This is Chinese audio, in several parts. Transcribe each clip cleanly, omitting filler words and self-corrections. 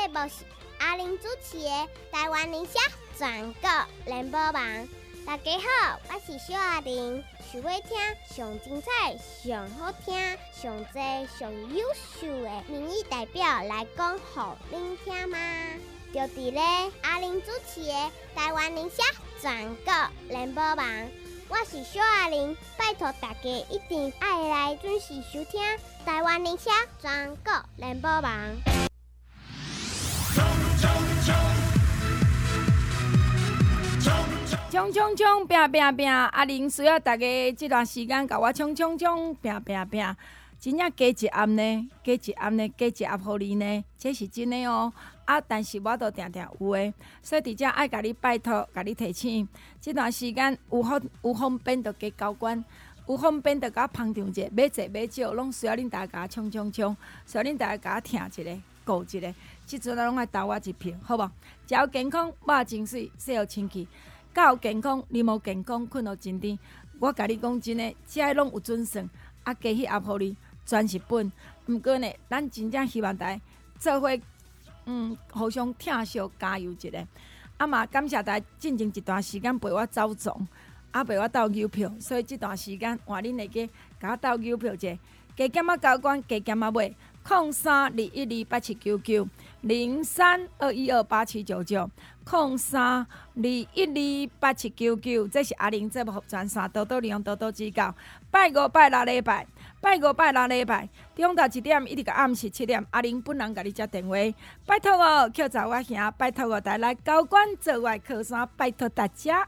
节目是阿玲主持的台湾人社全国联播网。大家好，我是小阿玲，想要听上精彩、上好听、上多、上优秀的民意代表来讲给您听吗？就伫咧阿玲主持的台湾人社全国联播网。我是小阿玲，拜托大家一定要来准时收听台湾人社全国联播网。 冲冲冲，拼拼拼！阿玲需要大家这段时间甲我冲冲冲，拼拼拼！真正加一暗呢，加一暗呢，加一暗互你呢，这是真的哦。但是我都定定有诶，所以伫遮爱甲你拜托，甲你提醒，这段时间有方便就加交关，有方便就甲捧场者，买济买少，拢需要恁大家冲冲冲，需要恁大家听一个，顾一个，即阵拢爱投我一票，好无？食好健康，肉真水，洗好清气。较有健康，你无健康，困到真甜。我甲你讲真诶，遮拢有准算，加迄压互你，全是本。毋过呢，咱真正希望大家做伙，互相疼惜加油一下。嘛，感谢大家进前一段时间陪我走总，陪我斗邮票，所以这段时间换恁会记甲我斗邮票者，加减交关，加减买。0321287799 0321287799 0321287799，这是阿玲节目服全3多多利用多多指教。拜5拜6礼拜，拜5拜6礼拜，中昼1点一直到暗时7点，阿玲本人甲你接电话。拜托哦，扣查我兄，拜托哦，大家来交关做我靠山，拜托大家。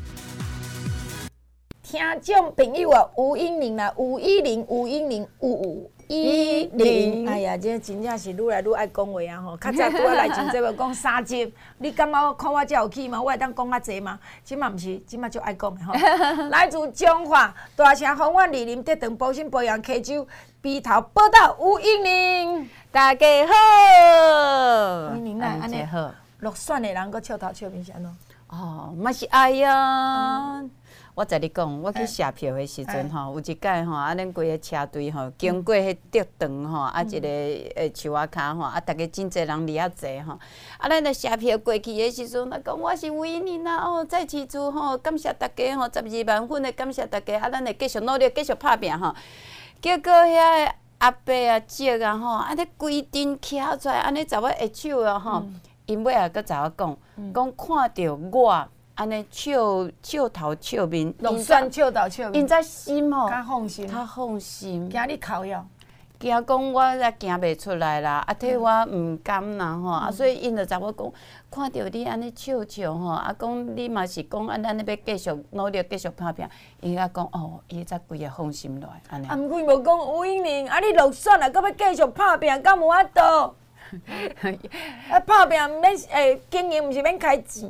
听众朋友啊，吴英玲啦，吴依玲，吴英玲，510。哎呀，这真正是愈来愈爱讲话啊吼！较早拄仔来前节目讲3集，你感觉看我才有气吗？我会当讲较济吗？即嘛毋是，即嘛足爱讲的吼。来自中华大城丰苑2林德长保鲜保养溪州鼻头报道吴英玲， 大家好， 英玲啊，安尼好。 落选的人，搁笑头笑面是安怎？ 嘛是爱呀。我甲你讲，我去写票的时阵吼，有一届吼，恁规个车队吼，经过迄竹塘吼，一个树仔骹吼，逐个真侪人离啊济吼，咱咧写票过去的时阵，讲我是吴英玲啦，在市处吼，感谢大家吼，12万份的感谢大家，咱会继续努力，继续拍拼吼。结果遐阿伯啊、姐啊吼，安尼规阵徛出来，安尼在我下手啊吼，因尾啊，搁甲我讲看到我。安尼笑头笑面， 落选笑头笑面， 因在心吼， 较放心， 较放心。 惊你哭哟， 惊讲我也行袂出来啦，替我毋甘啦吼，所以因就甲我讲，看到你安尼笑吼，讲你嘛是讲咱要继续努力，继续拍拼。伊甲讲伊才规个放心落来安尼。 毋过无讲吴英玲，你落选了，搁要继续拍拼，敢无法度？拍拼毋免经营，毋是免开钱。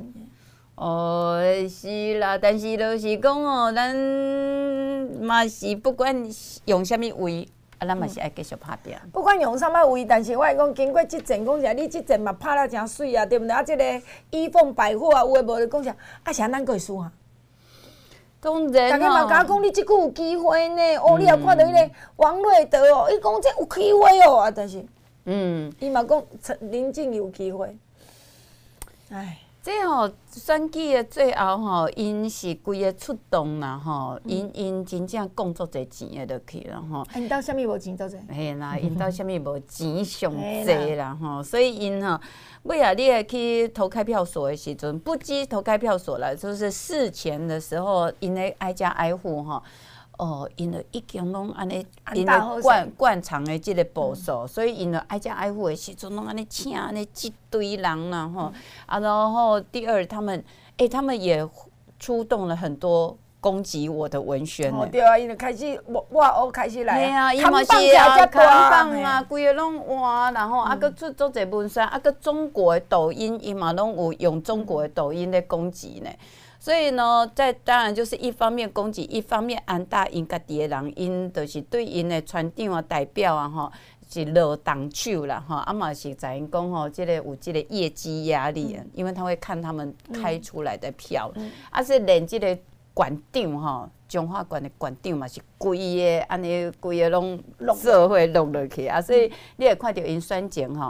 是啦，但是就是讲咱嘛是不管用啥物位，咱嘛是爱继续拍拼。 不管用啥物位，但是我会讲经过即阵，讲啥你即阵嘛拍了真水啊，对毋对？即个衣凤百货啊，有诶无咧讲啥？是咱佫会输啊？ 当然大家嘛甲我讲，你即久有机会呢。你也看到迄个王瑞德伊讲这有机会哦，但是伊嘛讲林静有机会，唉。 这选举的最后因是规个出动啦因真正讲足侪钱的落去啦因兜啥物无钱足侪？ 嘿啦，因兜啥物无钱上侪啦所以因尾啊，你去投开票所的时阵，不止投开票所啦，就是事前的时候，因咧挨家挨户因就已经拢安尼，因咧惯常的即个步数，所以因就挨家挨户的时阵，拢安尼请安尼一堆人啦然后第二他们也出动了很多攻击我的文宣对啊，因就开始我开始来啊，伊嘛是啊，扛棒啊，规个拢换，然后搁出足侪文宣，搁中国的抖音，伊嘛拢有用中国的抖音咧攻击呢。所以呢，当然就是一方面攻击，一方面安大因家己的人，因就是对因的船长啊、代表啊是落重手啦嘛是知影讲这个有这个业绩压力，因为他会看他们开出来的票，所以连这个馆长中华馆的馆长嘛是规个安尼规个拢做伙落落去所以你会看到因选情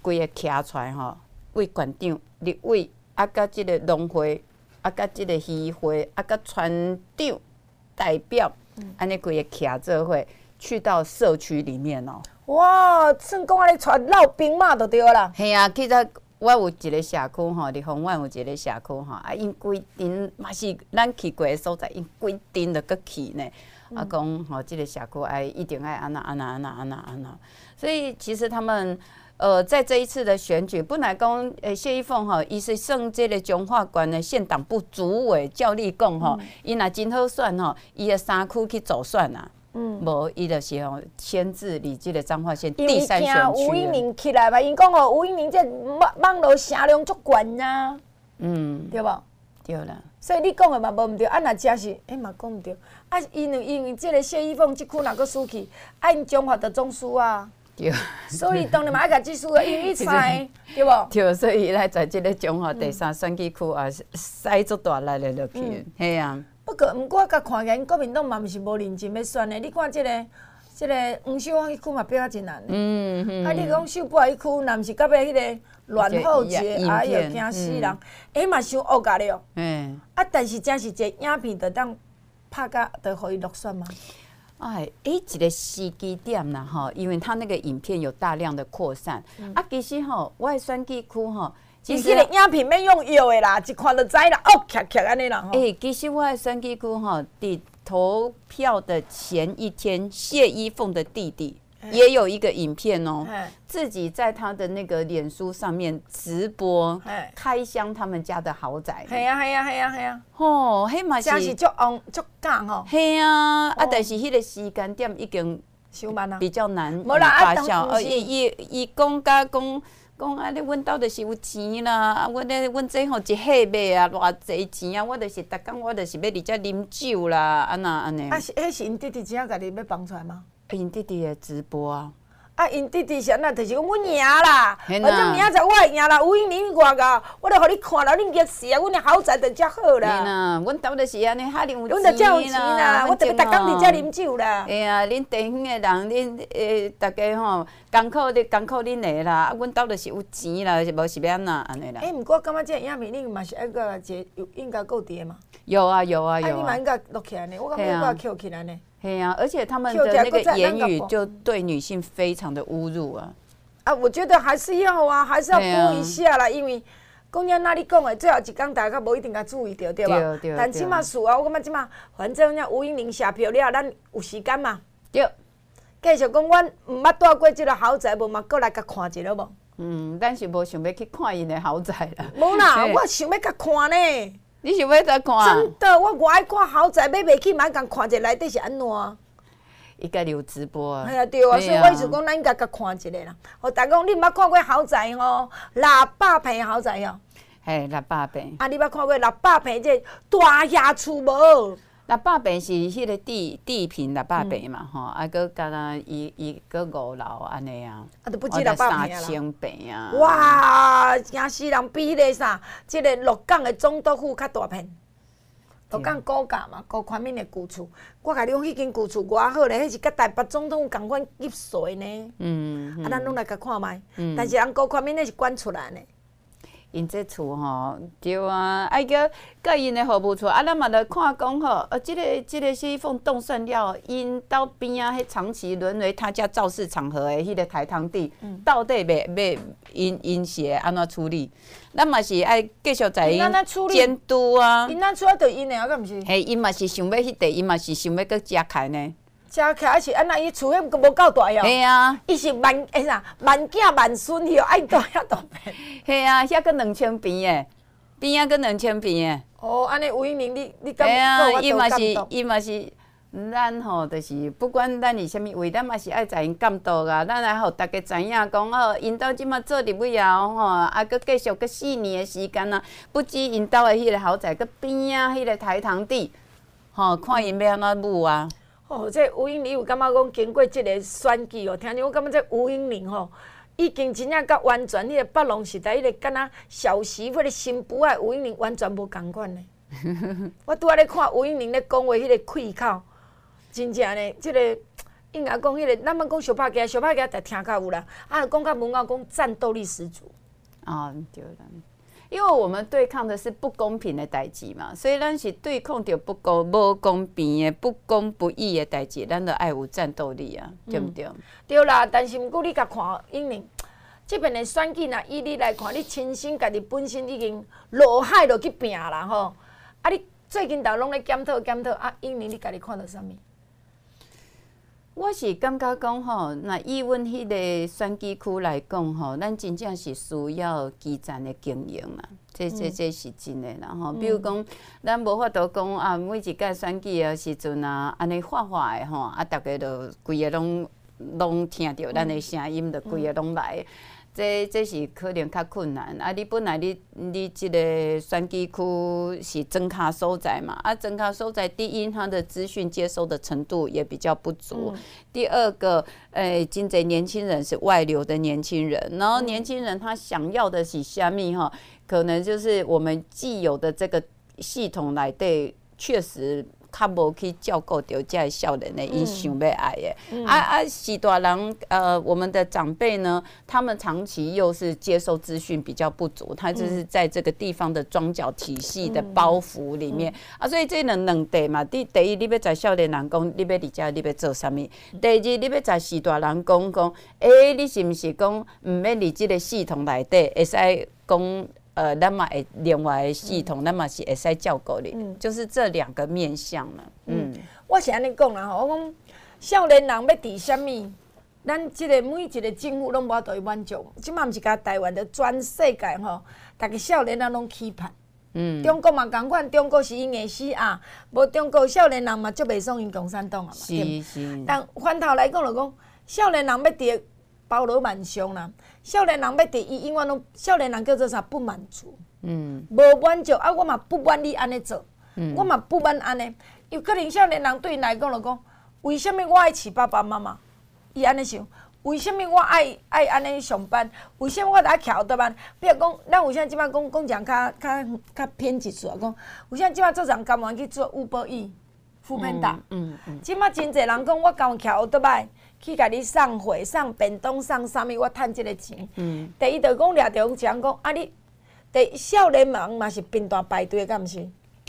规个徛出来吼，为县长、立委，甲即个农会，甲即个议会，甲村长代表，安尼规个徛做伙，去到社区里面哦。 哇，算讲安尼带绕兵马就对啦。 嘿啊，其实我有一个社区吼，立丰苑有一个社区吼，因规定嘛是咱去过的所在，因规定着搁去呢。讲吼，即个社区一定爱安那。所以其实他们在这一次的选举，本来讲谢依凤吼，伊是算这个中华县的县党部主委，照理讲吼，伊若真好选吼，伊的3区去走选啊。无，伊就是吼牵制你这个彰化县第3选区。因为吴英明起来嘛，因讲哦，吴英明这网络声量足悬啊，对无？ 对啦。 所以你讲的嘛无毋对，若真是，嘛讲毋对。因为这个谢依凤这区若搁输去，因中华就总输啊。 对。 所以当然嘛爱甲这输啊，因为伊猜，对无？ 对，所以伊来在这个中华第3选举区啊，使足大力的落去，嘿啊。 不过，我甲看起来，国民党嘛毋是无认真要选的。你看这个黄秀芳迄区嘛表啊真难。你讲秀柏迄区，若毋是到尾迄个乱后节，哎哟惊死人，嘛伤恶甲了。但是真是一个影片，就当拍甲，就互伊落选吗？ 一个时机点啦吼，因为他那个影片有大量的扩散。其实吼，我的选举区吼。 其实，迄个影片免用药的啦，一看就知啦，徛安尼啦。 其实我的选举区吼，伫投票的前一天，谢依凤的弟弟也有一个影片哦，自己在他的那个脸书上面直播开箱他们家的豪宅。 系啊。 吼，迄嘛是。 真是足假吼。 系啊，但是迄个时间点已经伤慢啊， 比较难发酵。伊讲你阮兜就是有钱啦，阮这吼一岁买啊，偌济钱啊，我就是逐工我就是要伫遮啉酒啦，安尼。 迄是因弟弟真家己要放出来吗？ 因弟弟的直播啊。 因弟弟是安那，就是讲阮赢啦，反正明仔载我会赢啦。吴英玲偌个，我著互你看啦，你热死啊！阮的豪宅著遮好啦。 嘿啦，阮兜就是安尼，哈有钱啦。 阮著遮有钱啦，我特别逐工伫遮啉酒啦。 哎呀，恁地方的人，恁大家吼艰苦恁的啦，阮兜就是有钱啦，无是要安尼啦。 毋过我感觉这影片恁嘛是爱个应该够伫的嘛。 有啊。 你嘛应该录起来呢，我感觉应该扣起来呢。 对啊，而且他们的那个言语就对女性非常的侮辱啊！ 我觉得还是要啊，还是要播一下啦，因为讲像那你讲的，最后一天大家无一定甲注意到，对吧？但即马事啊，我感觉即马反正像吴英玲下票了，咱有时间嘛。 对。 继续讲，阮毋捌住过即个豪宅，无嘛过来甲看一下无？ 咱是无想要去看因的豪宅啦。 无啦，我想要甲看呢。 你想要再看？ 真的，我爱看豪宅，买袂起，嘛共看者内底是安怎？ 伊家己有直播啊。 系啊，对啊，所以我意思讲，咱应该甲看一下啦。我大讲，你毋捌看过豪宅吼，600平的豪宅哦。 嘿，600平。 你捌看过600平这大遐厝无 ？600平是迄个地坪600平嘛，吼，搁加上伊搁5楼安尼啊。 都不止600平啊啦。 3000平啊。 哇，惊死人！比迄个啥，即个鹿港的总督府较大片。鹿港高架嘛，高宽面的旧厝，我甲你讲，迄间旧厝偌好咧，迄是甲台北总统共款级数呢。咱拢来甲看卖。但是人高宽面那是管出来呢。 因这厝吼，对啊，甲因的服务处，咱嘛来看讲吼，即个谢依凤当选了，因兜边啊，迄长期沦为他家造势场合的迄个台糖地，到底要因是安怎处理？咱嘛是爱继续在因监督啊。 因咱处理就因的啊，敢毋是？ 嘿，因嘛是想要迄地，因嘛是想要搁加开呢。 加起来是安那，伊厝迄无够大哦。 系啊， 伊是万囝万孙去哦，爱大遐大片。 系啊，遐搁2000平诶，边啊搁2000平诶。 安尼吴英玲，你感觉啊，伊嘛是，咱吼就是不管咱是啥物位，咱嘛是爱在因监督啊。咱来互大家知影讲哦，因兜即马做入尾后吼，搁继续搁4年的时间啊，不止因兜的迄个豪宅，搁边啊迄个台糖地，吼，看因要安怎舞啊。 这吴英玲有感觉讲经过即个选举哦，听着我感觉这吴英玲吼，已经真正甲完全迄个北农时代迄个敢若小媳妇的新妇啊，吴英玲完全无共款呢。我拄仔咧看吴英玲咧讲话迄个气口，真正呢，即个应该讲迄个，咱们讲小拍家，小拍家才听较有啦。啊，讲较文雅，讲战斗力十足。 对啦。因为我们对抗的是不公平的代志嘛，所以咱是对抗着无公平的、不公不义的代志，咱就爱有战斗力啊，对不对？ 对啦，但是毋过你甲看，因为这边的选举呐，以你来看，你亲身家己本身已经落海落去拼啦吼。啊，你最近都拢咧检讨啊，因为你家己看到啥物？ 我是感觉讲吼，那以阮迄个选举区来讲吼，咱真正是需要基层的经营啦。这是真的啦吼。比如讲，咱无法度讲啊，每一届选举的时阵啊，安尼发的吼，啊，大家都规个拢听到咱的声音，就规个拢来。这是可能较困难啊！你本来你这个选举区是增卡所在嘛？啊，增卡所在，第一，它的资讯接收的程度也比较不足；第二个，真侪年轻人是外流的年轻人，然后年轻人他想要的是虾米哈？可能就是我们既有的这个系统内底确实。较无去照顾到这些少年的，伊想要爱的。时大人我们的长辈呢，他们长期又是接受资讯比较不足，他就是在这个地方的庄脚体系的包袱里面所以这两地嘛，第一，你要知少年人讲，你要伫遮，你要做啥物；第二，你要知时大人讲，你是毋是讲毋免伫这个系统内底，会使讲。咱嘛会另外的系统，咱嘛是会使照顾你，就是这两个面向嘛。 我是安尼讲啦吼，我讲少年人要伫啥物，咱即个每一个政府拢无法度去满足。即摆毋是甲台湾的，全世界吼，逐个少年人拢期盼。中国嘛共款，中国是因硬死啊，无中国少年人嘛足袂爽因共产党啊嘛。 是。 但反头来讲就讲，少年人要伫包罗万象啦。少年人要伫伊永远拢，少年人叫做啥？不满足。无满足啊！我嘛不满你安尼做，我嘛不满安尼。有可能少年人对因来讲就讲，为什么我爱饲爸爸妈妈？伊安尼想，为什么我爱安尼上班？为什么我爱徛倒班？比如讲，咱为啥即摆讲讲较偏激说讲，为啥即摆做人甘愿去做Uber Eats、Foodpanda？即摆真侪人讲，我甘愿徛倒摆。去甲你送货、送便当、送啥物，我趁即个钱。第一就讲掠着讲啊，你第少年人嘛是并大排队，敢毋是？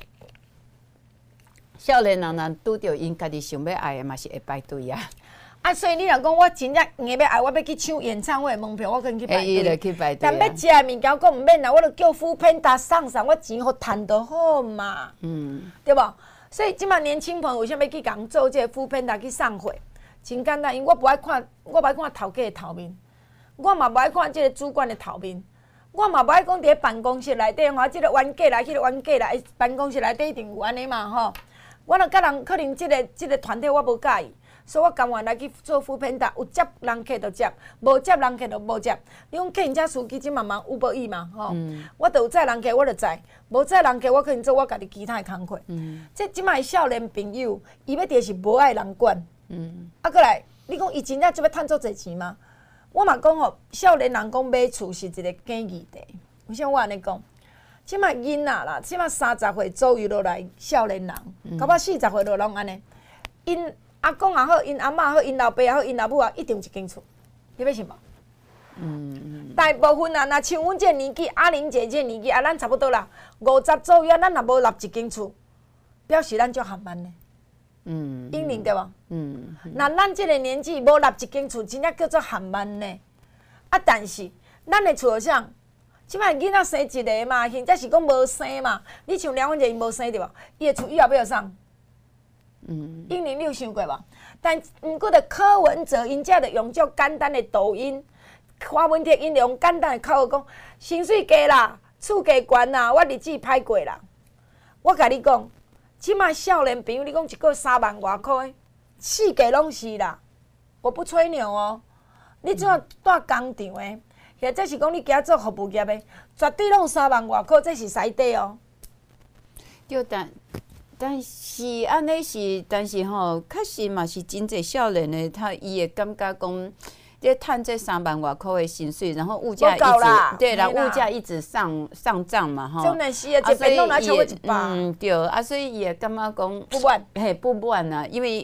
少年人若拄着因家己想要爱的，嘛是会排队啊。 所以你若讲我真正硬要爱，我要去抢演唱会门票，我可能去排队。 去排队。 但要食的物件，讲毋免啦，我著叫Foodpanda送啥，我钱互趁就好嘛。对无？所以即摆年轻朋友为啥要去共做这个Foodpanda去送货？真简单，因为我不爱看头家的头面，我嘛不爱看即个主管的头面，我嘛不爱讲伫办公室内底吼，即个冤家来，迄个冤家来，办公室内底一定有安尼嘛吼。我若甲人可能即个团体我无介意，所以我甘愿来去做Foodpanda，有接人客就接，无接人客就无接。你讲客人家司机即慢慢Uber Eats嘛吼，我著有载人客我著载，无载人客我可能做我家己其他的工课。即摆少年朋友，伊要伫是无爱人管。过来，你讲伊真正就要趁足侪钱吗？我嘛讲吼，少年人讲买厝是一个假议题。为啥我安尼讲？即摆囡仔啦，即摆30岁左右落来少年人，到尾40岁落拢安尼。因阿公也好，因阿嬷也好，因老爸也好，因老母也一定有一间厝，你要信无？大部分啊，若像阮这年纪，阿玲姐这年纪，咱差不多啦，50左右，咱若无立一间厝，表示咱足含慢呢。英明对无？那咱这个年纪无立一间厝，真正叫做含慢呢。但是咱的厝啥？即摆囡仔生一个嘛，现在是讲无生嘛。你像梁文杰伊无生对无？伊的厝以后要啥？英明你有想过无？但毋过的柯文哲因遮着用足简单的抖音，柯文哲因用简单的口号讲，薪水低啦，厝价悬啦，我日子歹过啦。我甲你讲。即摆少年朋友，你讲一个3万外块，四界拢是啦。我不吹牛哦。你怎啊住工厂的，或者是讲你今做服务业的，绝对拢3万外块，这是西底哦。 对，但是安尼是，但是吼，确实嘛是真侪少年的，伊会感觉讲。在趁这3万外块的薪水，然后物价一直对啦，物价一直上涨嘛吼。 真的是啊，一便当拿超过100。 对啊，所以伊会感觉讲不满， 不满啊，因为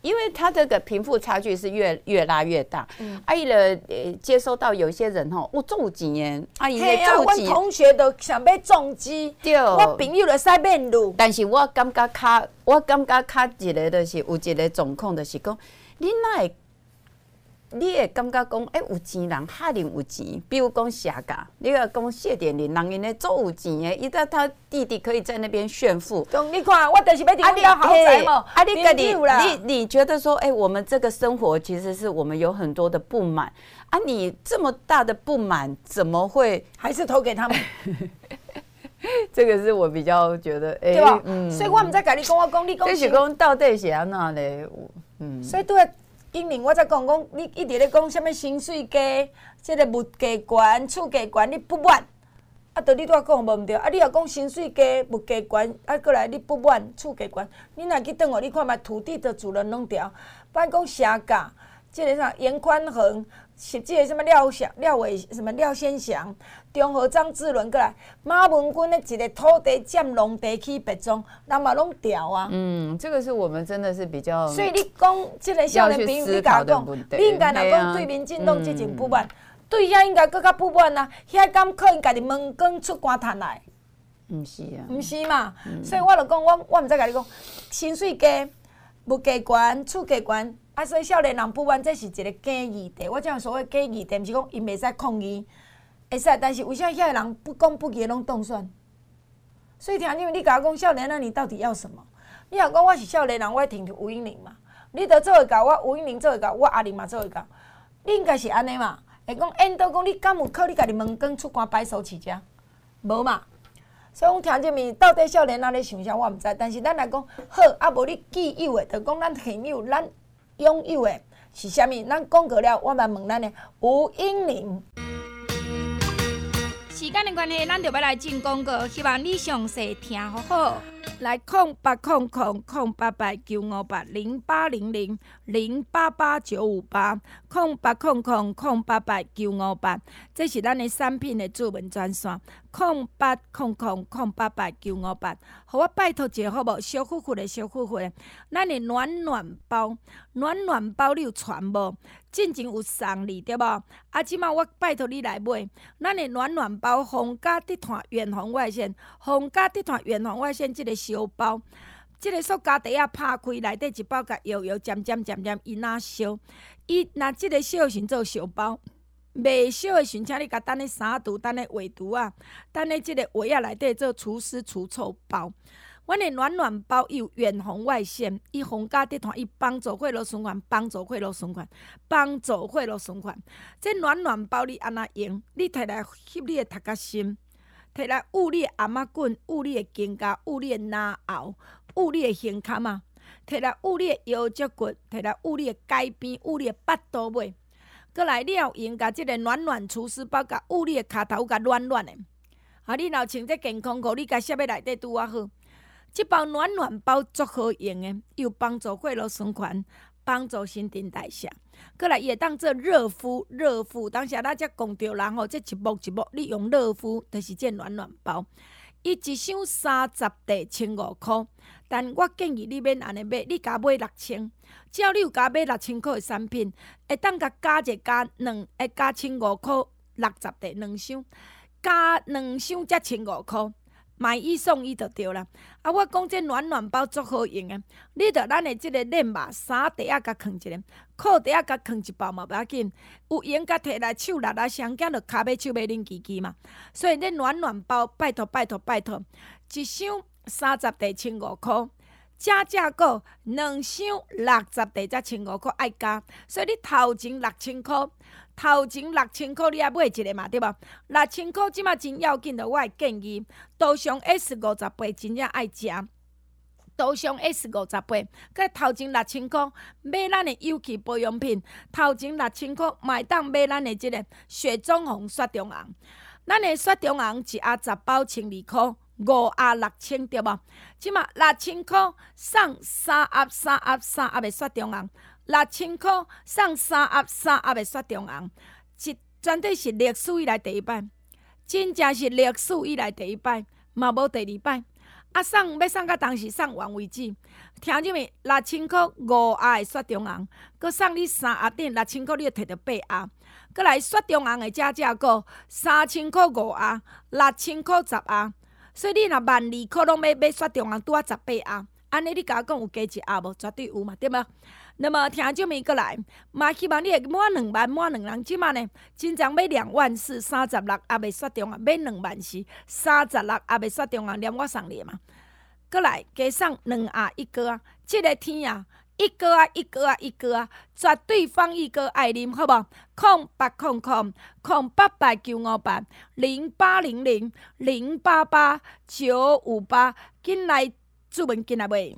因为他这个贫富差距是越拉越大。伊了接收到有些人吼，我做有钱的，伊咧做钱。 阮同学都想要重机， 对， 我朋友就使面路。 但是我感觉较一个就是有一个状况，就是讲，你哪会？你会感觉讲，有钱人哈定有钱，比如讲谢家，你要讲谢点林，人因咧做有钱的，伊他弟弟可以在那边炫富。 你看，我就是要订到豪宅嘛。 你个你觉得说，我们这个生活其实是我们有很多的不满啊，你这么大的不满，怎么会还是投给他们？ 这个是我比较觉得， 对吧？所以我唔再跟你讲，我讲你讲， 这是讲到底是安怎咧？ 所以对。因为我才讲，你一直咧讲什么薪水低，这个物价悬、厝价悬，你不满，啊，对你拄仔讲无毋对，啊，你若讲薪水低、物价悬，啊，过来你不满，厝价悬，你若去转哦，你看嘛，土地的主人拢调，不然讲社价，这个啥严宽恒，是这个什么廖先祥、中和张志伦过来，马文君的一个土地占农地起别庄，人嘛拢调啊。 这个是我们真的是比较。 所以你讲这个少年朋友，你甲讲，你应该若讲对民进党之前不满，对遐应该更较不满啊！遐敢靠因家己门光出官赚来？ 毋是啊， 毋是嘛？所以我就讲，我毋知甲你讲，薪水低、物价悬、厝价悬。啊，所以少年人不满，这是一个假议题。我讲所谓假议题，毋是讲因袂使抗议，会使，但是为啥遐个人不公不义拢当选？所以听你甲我讲少年人，你到底要什么？你若讲我是少年人，我会挺吴英玲嘛？你着做会到，我吴英玲做会到，我阿玲嘛做会到。你应该是安尼嘛？会讲沿道讲，你敢有靠你家己门光出官白手起家？无嘛？所以讲听这面到底少年人咧想啥，我毋知。但是咱来讲好，啊无你既有的，着讲咱现有咱。拥有的是啥物？咱讲过了，我来问咱的吴英玲。 时间的关系，咱就要来进广告，希望你详细听好好。来0800-958-0880088958，0800-958，这是咱的产品的主文专线。0800-958，互我拜托一下好无？小富的小富的，咱的暖暖包你有传无？进前有送你对无？啊，即马我拜托你来买，咱的暖暖包，皇家地毯远红外线，皇家地毯远红外线，即个小包，即个塑胶袋啊拍开，内底一包甲摇摇尖，伊哪烧？伊若即个烧时做小包。袂烧的时，请你甲等咧3度，等咧画图啊，等咧即个画啊内底做除湿除臭包。阮的暖暖包有远红外线，伊皇家地毯，伊帮助血液循环，帮助血液循环。这暖暖包你安怎用？你摕来翕你的头壳心，摕来捂你的阿妈棍，捂你的肩胛，捂你的哪后，捂你的胸坎啊，摕来捂你的腰脊骨，摕来捂你的街边，捂你的腹肚尾。过来，你要用甲即个暖暖除湿包，甲捂你的骹头，甲暖暖的。啊，你若穿这健康裤，你甲摄在内底拄啊好。即包暖暖包足好用的，又帮助血液循环，帮助新陈代谢。过来，伊会当做热敷。当时咱才讲着人吼，这一幕，你用热敷，就是这暖暖包。伊一箱30袋1500块，但我建议你免安尼买，你加买6000。只要你有加买6000块的产品，会当甲加2，会加1500块60袋2箱，加2箱才1500块。买一送一就对啦。啊，我讲这暖暖包足好用的，你着咱的即个链袜衫袋仔甲放一个，裤袋仔甲放一包嘛，不要紧。有闲甲摕来手拿双囝，着骹尾手尾拎叽嘛。所以这暖暖包，拜托，一箱30袋1500块，加个2箱60袋才1500块爱加。所以你头前6000块。你也买一个嘛，对无？6000块即马真要紧的，我会建议多上 S58真正爱食。多上 S58，佮头前6000块买咱的有机保养品，头前6000块嘛会当买咱的即个雪中红雪中红。咱的雪中红一盒10包12块，5盒6000对无？即马6000块送3盒的雪中红。6000块送3盒的雪中红，绝对是历史以来第一摆，真正是历史以来第一摆，嘛无第二摆。 送要送到当时送完为止。听入面6000块5盒的雪中红，佮送你3盒顶6000块，你就摕到8盒。佮来雪中红的加价购3000块5盒，6000块10盒。所以你若12000块拢要买雪中红，拄啊18盒。安尼你甲我讲有加1盒无？绝对有嘛，对无？那么听众们过来，嘛希望你会满2万，满2人。即马呢，真正买24036盒的雪中红，买24036盒的雪中红，连我送你嘛。过来加送2盒1哥啊！即个天啊，1哥啊，1哥啊，1哥啊，绝对放1哥爱啉，好无？08000800088958，紧来注文进来买。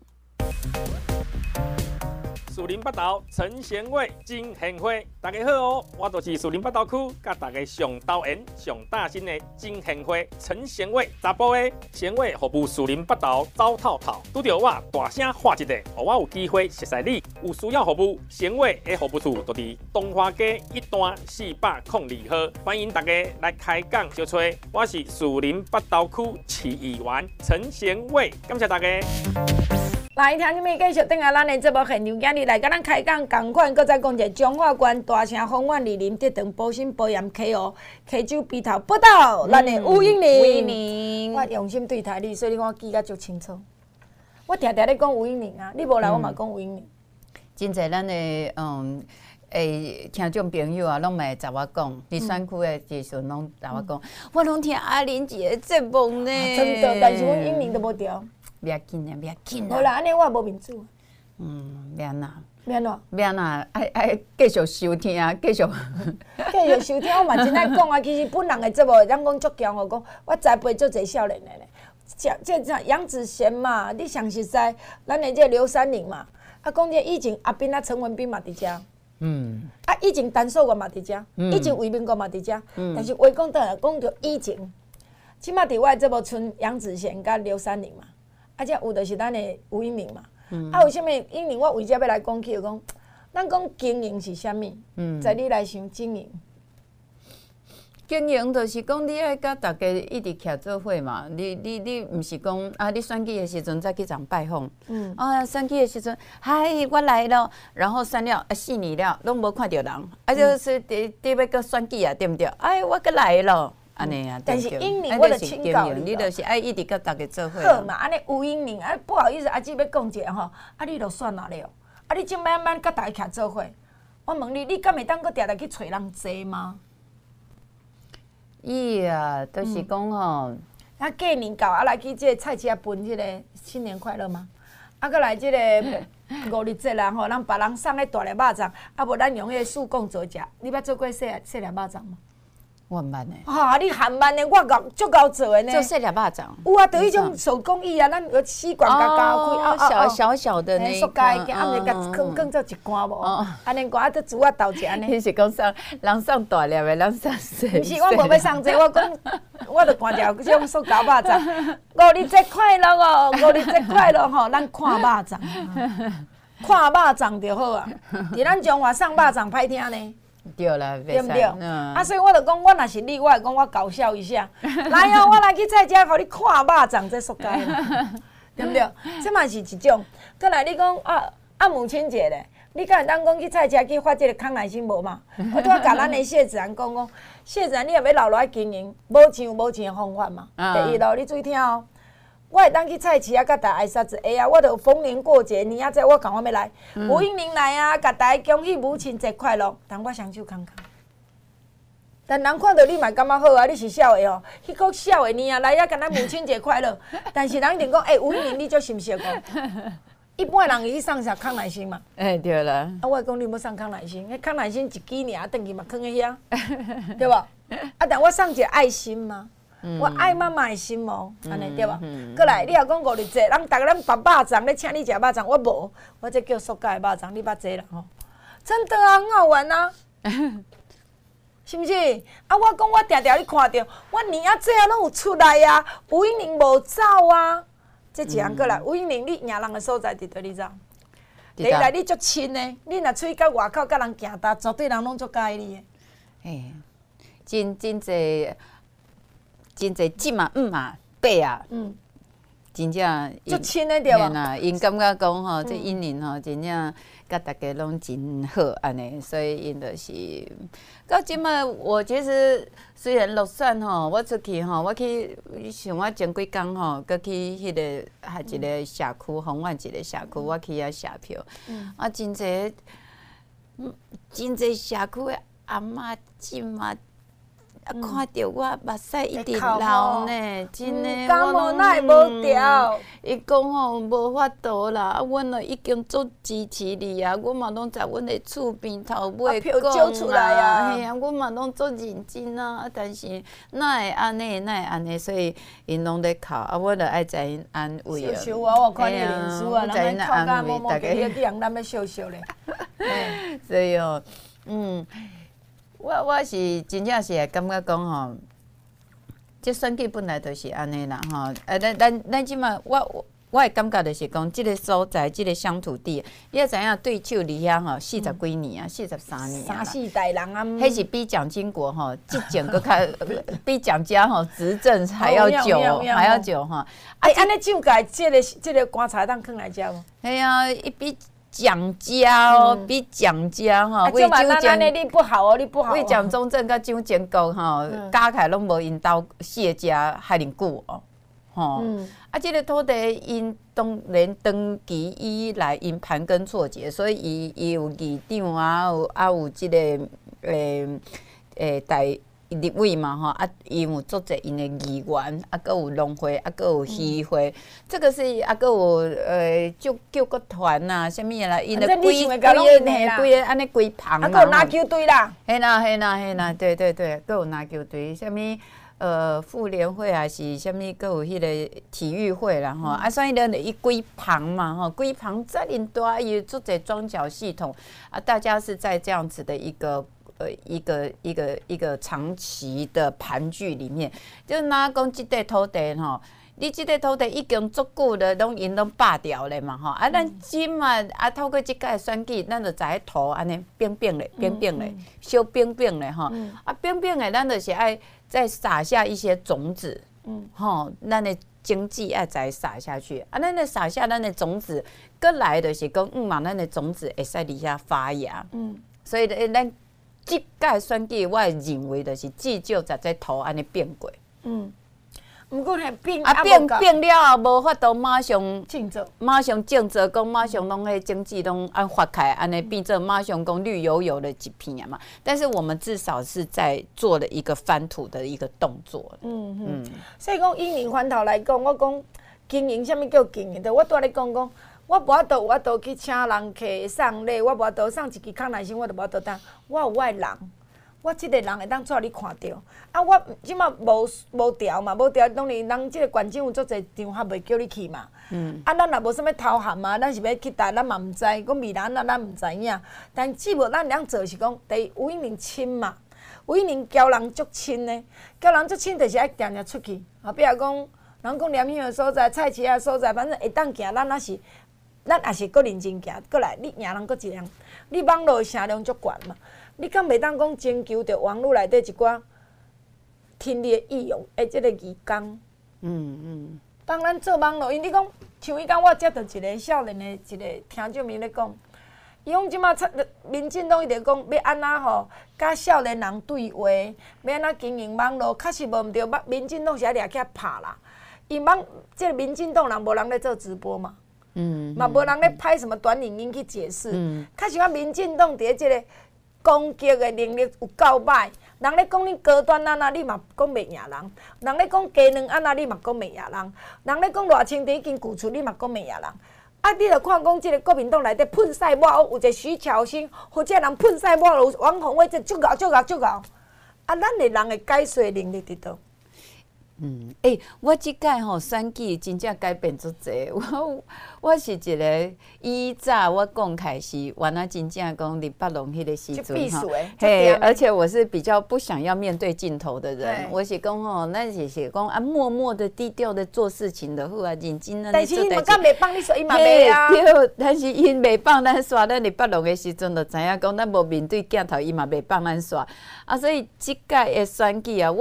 树林北投陈贤伟真贤惠，大家好哦，我就是树林北投区，甲大家上投缘、上大心的真贤惠陈贤伟，查甫的贤惠服务树林北投走透透，拄着我大声喊一个，互我有机会熟悉你。有需要服务，贤惠的服务处就伫东华街1段402号，欢迎大家来开讲小吹。我是树林北投区市议员陈贤伟，感谢大家。 来，听你们继续等下咱的节目现场，今日来甲咱开讲，同款，搁再讲一下中华县大城丰苑2林德长保鲜保养 KO 酒鼻头报道，咱的吴英玲，我用心对待你，所以你看我记甲足清楚。我定定咧讲吴英玲啊，你无来我嘛讲吴英玲。 真侪咱的听众朋友啊，拢会甲我讲，伫选区的时阵拢甲我讲，我拢听阿玲姐的节目呢。 真的，但是阮英玲都无调。 不要紧啊，不要紧啊。 无啦，安尼我也无面子。 免哪？ 免哪？ 免哪？爱继续收听啊，继续收听。我嘛真爱讲啊，其实本人的节目，咱讲足强哦，讲我栽培足侪少年的咧。这杨子贤嘛，你上实在，咱的这刘三玲嘛，啊，讲这以前阿斌啊、陈文斌嘛伫遮。啊，以前陈寿元嘛伫遮，以前魏明国嘛伫遮。但是话讲倒来，讲到以前，即马伫我的节目剩杨子贤甲刘三玲嘛。啊，遮有就是咱的吴英玲嘛。啊，为什么英玲我为遮要来讲起？就讲，咱讲经营是啥物？在你来想经营。 经营就是讲，你爱甲大家一直徛做伙嘛。你毋是讲啊，你选举的时阵再去人拜访。选举的时阵，嗨，我来了，然后选了4年了，拢无看到人，啊，就是伫要搁选举啊，对毋对？哎，我搁来了。安尼啊， 但是英玲，我著请教你，就是爱一直甲大家做伙。 好嘛，安尼有英玲，啊，不好意思，阿姊要讲一下吼，啊，你著选哪了？啊，你即慢慢甲大家徛做伙。我问你，你敢会当搁定定去找人坐吗？ 伊啊，就是讲吼， 啊，过年到啊，来去即个菜市啊，分即个新年快乐吗？啊，搁来即个5日节啦吼，咱别人送迄大粒肉粽，啊，无咱用迄个素供做食。你捌做过细粒肉粽吗？ 我毋捌呢。 哈，你含慢的，我足够做的呢。 做细粒肉粽。 有啊，就迄种手工艺啊，咱有吸管甲加开，小的那塑胶的，暗时甲放做一罐无？安尼罐啊，得煮啊豆食安尼。 你是讲人送大粒的，人送细。 毋是，我无要送这，我讲，我著看着这种塑胶肉粽。5日节快乐哦！5日节快乐吼，咱看肉粽，看肉粽就好啊。伫咱中华送肉粽歹听呢。 对啦， 对毋对？啊，所以我就讲，我若是你，我会讲我搞笑一下。来哦，我来去菜市，互你看肉粽这塑胶，对毋对？这嘛是一种。再来，你讲母亲节咧，你敢会当讲去菜市去发这个康乃馨无嘛？我拄仔甲咱的谢子然讲，谢子然你若要留落来经营，无钱的方法嘛。第一咯，你注意听哦。我会当去菜市啊，甲大家挨杀子下啊，我著逢年过节，年仔节我讲我要来，吴英玲来啊，甲大家恭喜母亲节快乐，但我双手空空。但人看到你嘛感觉好啊，你是少的哦，迄个少的年啊来啊，甲咱母亲节快乐。但是人一定讲，吴英玲你足心实讲，一般人去送啥康乃馨嘛？ 对啦。 啊，我讲你要送康乃馨，迄康乃馨一支尔，转去嘛放喺遐，对无？啊，但我送一个爱心嘛。我爱妈妈的心哦，安尼对吧？过来，你若讲5日节，咱逐个咱包肉粽咧，请你食肉粽，我无，我这叫塑胶的肉粽，你捌这啦吼？真的啊，很好玩啊，是毋是？啊，我讲我定定你看到，我年仔节啊拢有出来啊，吴英玲无走啊，这一项过来，吴英玲你赢人的所在伫倒你走？第一来你足亲的，你若出去到外口甲人行搭，绝对人拢足介意你的。真济。真侪7嘛5嘛8啊， 真正足亲的对吧？因感觉讲吼，这印尼吼，真正甲大家拢真好安尼，所以因就是到即摆，我其实虽然落选吼，我出去吼，我去像我前几工吼，搁去迄个一个社区，红湾一个社区，我去遐写票，啊，真侪社区的阿嬷婶啊。看到我目屎一直流呢，真的， 感冒哪会无调？ 伊讲吼无法度啦，啊，阮咯已经足支持你啊，阮嘛拢在阮的厝边头尾讲啊，嘿啊，阮嘛拢足认真啊，但是哪会安尼，所以因拢咧哭，啊，我著爱知因安慰啊。 笑啊，我看你脸书啊，人家哭甲摸摸起，迄人咱要笑笑咧。 所以哦，我是真正是会感觉讲吼，这选举本来就是安尼啦吼。咱即马我会感觉就是讲，即个所在，即个乡土地，你也知影对手离遐吼40几年啊，43年啊。 3、4代人啊。 迄是比蒋经国吼执政搁较，比蒋家吼执政还要久吼。 哎，安尼就改即个棺材当囥来遮无？ 系啊，伊比。蒋家哦，比蒋家吼， 为蒋家你不好哦，你不好。 为蒋中正甲蒋经国吼，加起来拢无因兜谢家遐尼久哦，吼。啊，即个土地因当然登记以来因盘根错节，所以伊有议长啊，有即个代立委嘛吼，啊，因有做者因的议员，啊，搁有农会，啊，搁有渔会，这个是啊，搁有救国团呐，啥物啦，因的规安尼规棚嘛， 啊，搁有篮球队啦， 嘿啦，对，搁有篮球队，啥物妇联会还是啥物，搁有迄个体育会啦吼，啊，所以咧伊规棚嘛吼，规棚遮尔大，伊做者庄脚系统，啊，大家是在这样子的一个长期的盘踞里面，就拿讲这块土地吼，你这块土地已经足久了，拢因拢霸掉咧嘛吼。啊，咱即嘛啊，透过即届选举，咱就在土安尼冰咧，小冰咧吼。啊，冰咧，咱就是爱再撒下一些种子，吼，咱的经济爱再撒下去。啊，咱的撒下咱的种子，搁来就是讲，嘛，咱的种子会使伫遐发芽。所以咱。即届选举，我会认为就是至少在这土安尼变过。 毋过咧变变了，无法度马上竞争， 讲马上拢迄经济拢按发开，安尼变做马上讲绿油油的一片嘛。但是我们至少是在做了一个翻土的一个动作。 所以讲，以年翻头来讲，我讲经营，啥物叫经营？我拄咧讲。我无法度，有法度去请人客送礼，我无法度送一支康乃馨，我就无法度当。我有我的人，我即个人会当带你看到。啊，我即马无调嘛，无调，当然人即个县长有足侪场合袂叫你去嘛。啊，咱若无啥物头衔嘛，咱是要去台，咱嘛毋知，讲未来咱毋知影。但只无咱两做是讲，第一有一年亲嘛，有一年交人足亲呢，交人足亲就是爱定定出去。后壁讲，人讲连迄个所在、菜市仔所在，反正会当行，咱也是。咱也是搁认真行，搁来你赢人搁一样，你网络声量足悬嘛？你敢袂当讲征求着网络内底一寡听你的意用的即个义工？当咱做网络，因你讲像伊讲，我接到一个少年的一个听众面咧讲，伊讲即马民进党伊直讲要安怎吼，甲少年人对话，要安怎经营网络，确实无毋对。民进党是爱掠起来拍啦，因即个民进党人无人咧做直播嘛。嘛无人咧拍什么短影音去解释，较像民进党伫即个攻击的能力有够歹。人咧讲你高端安那，你嘛讲袂赢人；人咧讲鸡卵安那，你嘛讲袂赢人；人咧讲偌清地已经旧厝，你嘛讲袂赢人。啊，你著看讲即个国民党内底喷屎抹有一个徐巧芯，或者人喷屎抹有王宏伟，这足够。啊，咱的人的解说能力伫倒？ 我即届吼选举真正改变足济。我是一个以早我讲开始，原来真正讲伫北龙迄个时阵吼，而且我是比较不想要面对镜头的人。我是讲吼，咱是讲啊，默默的、低调的做事情的好啊，认真啊。 但是伊嘛敢袂帮你说，伊嘛袂啊。 对，但是伊袂帮咱刷，咱伫北龙的时阵就知影讲，咱无面对镜头，伊嘛袂帮咱刷啊。所以即届的选举啊，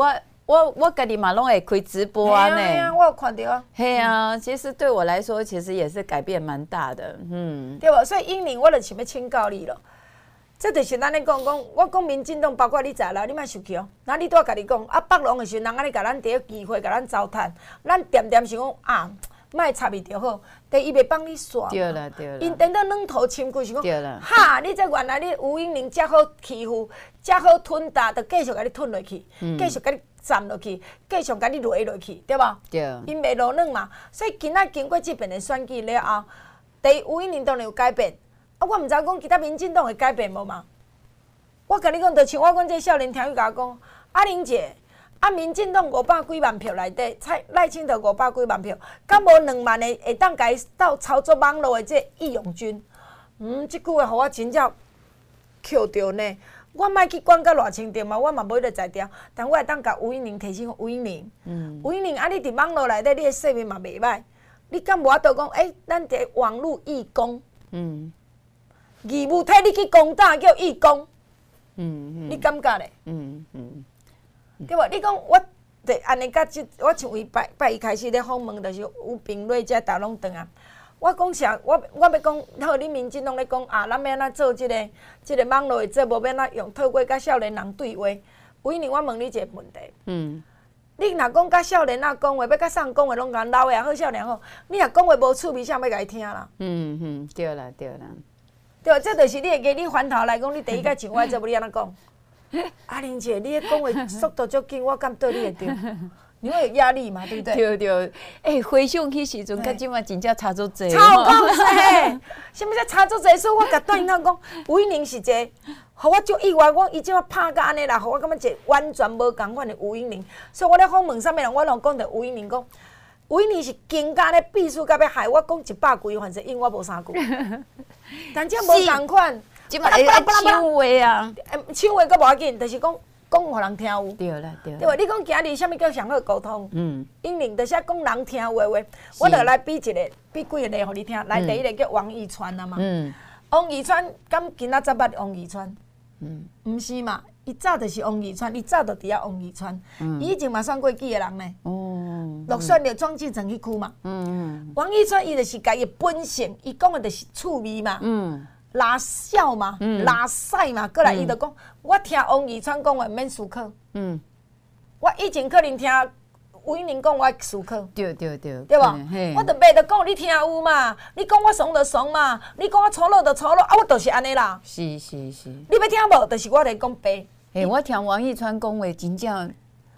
我家己嘛拢会开直播啊呢。 我有看到啊。 嘿啊，其实对我来说，其实也是改变蛮大的， 对无？所以英宁，我就想要请教你咯。这就是咱咧讲，我讲民进党，包括你知啦，你莫生气哦。那你拄仔甲你讲，北农的时阵，人安尼甲咱第一机会，甲咱糟蹋，咱点想讲啊，莫插伊就好。第伊袂帮你耍。 对啦。 因等到两头亲过是讲， 对啦。 哈，你这原来你吴英宁遮好欺负，遮好吞打，就继续甲你吞落去，继续甲你站落去，继续甲你落去，对无？ 对。 因袂落软嘛，所以今仔经过即边的选举了后，第一吴英宁当然有改变。啊，我毋知讲其他民进党会改变无嘛？我甲你讲，就像我讲这少年听友甲我讲，阿玲姐，民进党500几万票内底，赖清德500几万票，敢无2万个会当甲伊斗操作网络的这义勇军？即句话互我真正扣着呢。我莫去管甲偌清调嘛，我嘛无迄个才调，但我会当甲吴英宁提醒吴英宁。吴英宁，你伫网络内底，你的说明嘛袂歹。你敢无法度讲？咱伫网络义工。义务替你去攻打叫义工，你感觉咧？对无？你讲我得安尼甲我像为拜一开始咧访问，就是有评论遮大拢转啊。我讲啥？我要讲，好，你民进党咧讲啊，咱要安怎做即个网络的节目，要安怎用透过甲少年人对话。有一年我问你一个问题，你若讲甲少年仔讲话，要甲送讲话，拢甲老的也好，少年好，你若讲话无趣味，啥要甲伊听啦？ 对啦。 对，这就是你会记，你翻头来讲，你第一个像我这无你安怎讲？阿玲姐，你咧讲话速度足紧，我敢对你会对？你会有压力嘛？对不对？ 对，回想起时阵，甲即马真正差足济。 超讲说嘿，什么叫差足济？所以我甲段英讲，吴英宁是一个，互我足意外，伊即马拍甲安尼啦，互我感觉一个完全无共款的吴英宁。所以我咧访问啥物人，我拢讲着吴英宁讲。吴英宁是更加咧秘书，甲要害我讲100句，反正因我无3句。但这无共款， 即马会唱话啊， 唱话阁无要紧，就是讲互人听有。 对啦。 对吧？你讲今日啥物叫上好沟通？英宁就是讲人听有的话，我就来比几个例互你听。来，第一个叫王义川啊嘛。王义川，敢今仔才捌王义川？毋是嘛？伊早就是王义川，伊早就伫遐王义川。伊以前嘛选过几个人呢？落选着庄敬城迄区嘛。王义川伊就是家己本性，伊讲的就是趣味嘛。拉笑嘛，拉屎嘛，过来伊就讲，我听王义川讲话免思考。我以前可能听吴英宁讲我思考。对无？我就袂得讲你听有嘛，你讲我怂就怂嘛，你讲我粗鲁就粗鲁，我就是安尼啦。 是。 你要听无？就是我来讲白。 我听王义川讲话真正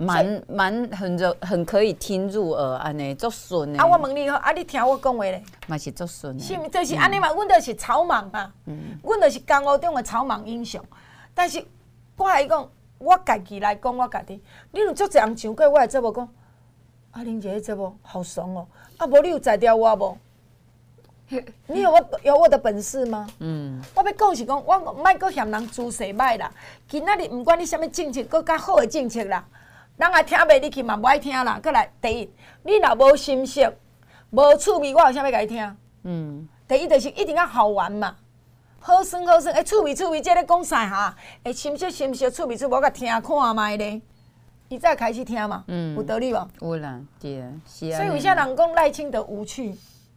很可以听入耳，安尼足顺的。 我问你吼，你听我讲话咧？ 嘛是足顺的。 是毋？就是安尼嘛，阮就是草莽嘛。阮就是江湖中的草莽英雄。但是我来讲，我家己来讲，我家己，你有足侪人上过我的节目讲，玲姐节目好怂哦。无你有宰掉我无？你有我的本事吗？我要讲是讲，我莫阁嫌人姿势歹啦。今仔日毋管你啥物政策，阁较好的政策啦。人也听袂入去嘛，无爱听啦。过来，第一，你若无心色、无趣味，我有啥要甲你听？第一就是一定要好玩嘛，好耍，趣味，这咧讲啥哈？心色，趣味，我甲听看卖咧。伊再开始听嘛，有道理无？ 有啦，对，是啊。 所以为啥人讲赖清德无趣？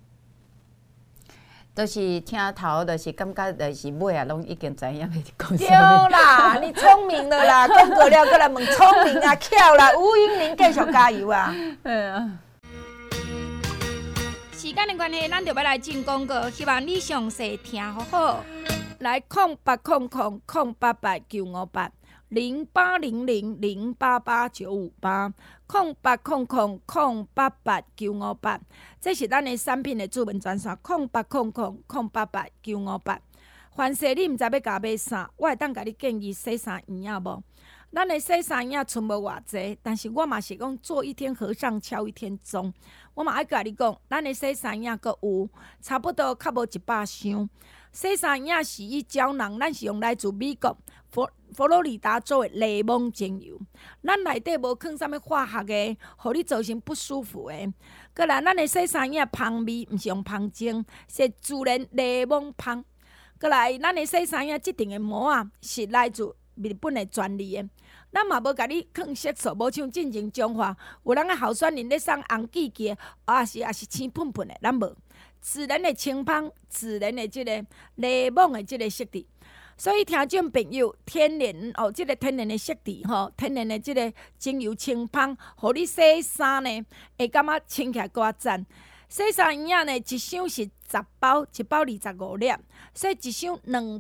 就是听头，就是感觉，就是尾啊，拢已经知影要讲啥。对啦，你聪明了啦，讲过了，过来问聪明啊，巧啦，吴英宁继续加油啊！ 时间的关系，咱就要来进广告，希望你详细听好好。来0800088958，0800088958，0800088958，这是咱的产品的主文专线，0800088958。凡是你毋知要甲买啥，我会当甲你建议洗衫衣啊无？咱的洗衫衣剩无偌济，但是我嘛是讲做一天和尚敲一天钟。我嘛爱甲你讲，咱的洗衫衣阁有差不多较无100箱。洗衫衣洗衣胶囊，咱是用来自美国佛罗里达州的雷蒙精油，咱内底无放啥物化学的，互你造成不舒服的。过来，咱的洗衫衣芳味毋是用芳精，是自然雷蒙芳。过来，咱的洗衫衣即顶的膜啊，是来自日本的专利的。咱嘛无甲你放色素，无像进前中华有人个候选人咧送红记记的，也是青喷喷的，咱无自然的清芳，自然的即个柠檬的即个色地。所以听众朋友，天然即个天然的色地天然的即个精油清芳，互你洗衫呢，会感觉穿起来够赞。洗衫衣仔呢，一箱是10包，一包25粒，所以一箱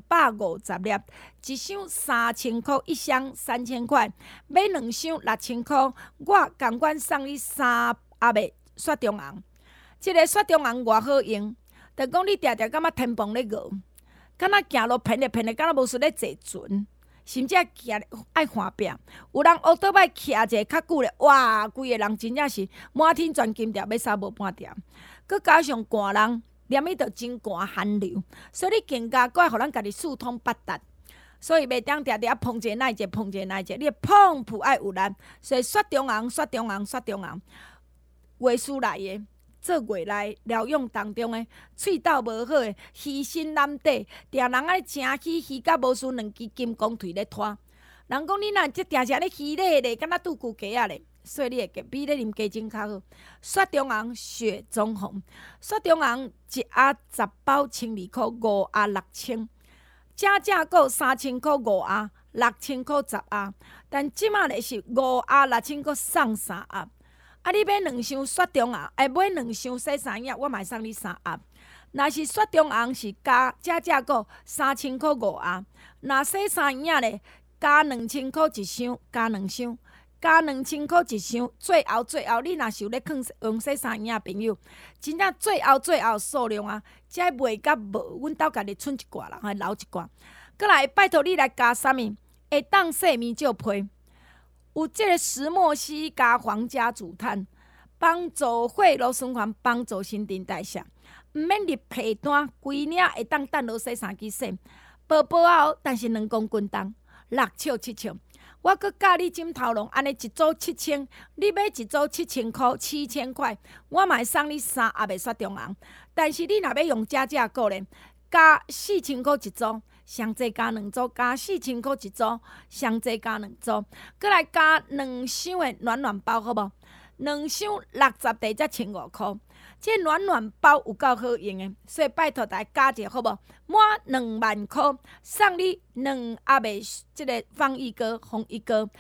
250粒，一箱3000块，一箱3000块，买2箱6000块。我共款送你3盒的雪中红，即个雪中红偌好用，就讲你常常感觉天崩咧饿，敢若行路偏咧，敢若无顺咧坐船。甚至行爱看病，有人乌倒摆徛者较久咧，哇，规个人真正是满天钻金条，要杀无半条。佮加上寒人，念伊着真寒寒流，所以你更加怪，互咱家己四通八达。所以袂当定定碰者耐者，碰者耐者，你碰扑爱有力。所以雪中红，雪中红，雪中红，画书内的。做月内疗养当中的喙斗无好的鱼身难底，定人爱正鱼甲无输2支金光腿咧拖。人讲你若即定定咧鱼咧，敢若拄久鸡仔咧，所以你会比咧啉鸡精较好。雪中红，雪中红，雪中红一盒10包12块，5盒6000。正个3000块5盒，6000块10盒，但即马咧是5盒6000块送3盒。你买2箱雪中红，买2箱洗衫液，我嘛送你3盒。若是雪中红是加个3000块5盒，若洗衫液咧加2000块1箱，加2箱，加2000块1箱。最后，你若是有咧用洗衫液朋友，真正最后数量啊，才卖甲无。阮兜家己剩一寡啦，留一寡。过来拜托你来加啥物？会当洗面罩被。有即个石墨烯加皇家竹炭，帮助血液循环，帮助新陈代谢，毋免入被单，规领会当等落洗衫机洗，薄厚，但是2公斤重，6尺7尺。我阁教你枕头笼，安尼一组7000，你买一组7000块，7000块，我嘛会送你3盒的雪中红。但是你若要用正个咧，加4000块一组。上济加2组，加4000块一组，上济加2组，搁来加2箱的暖暖包，好无？2箱60块才1500块，这暖暖包有够好用的，所以拜托大家加者好无？满2万块，送你2盒的这个防疫膏、防疫膏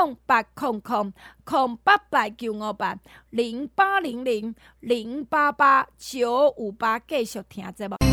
，0800-0800-0888-958，继续听节目。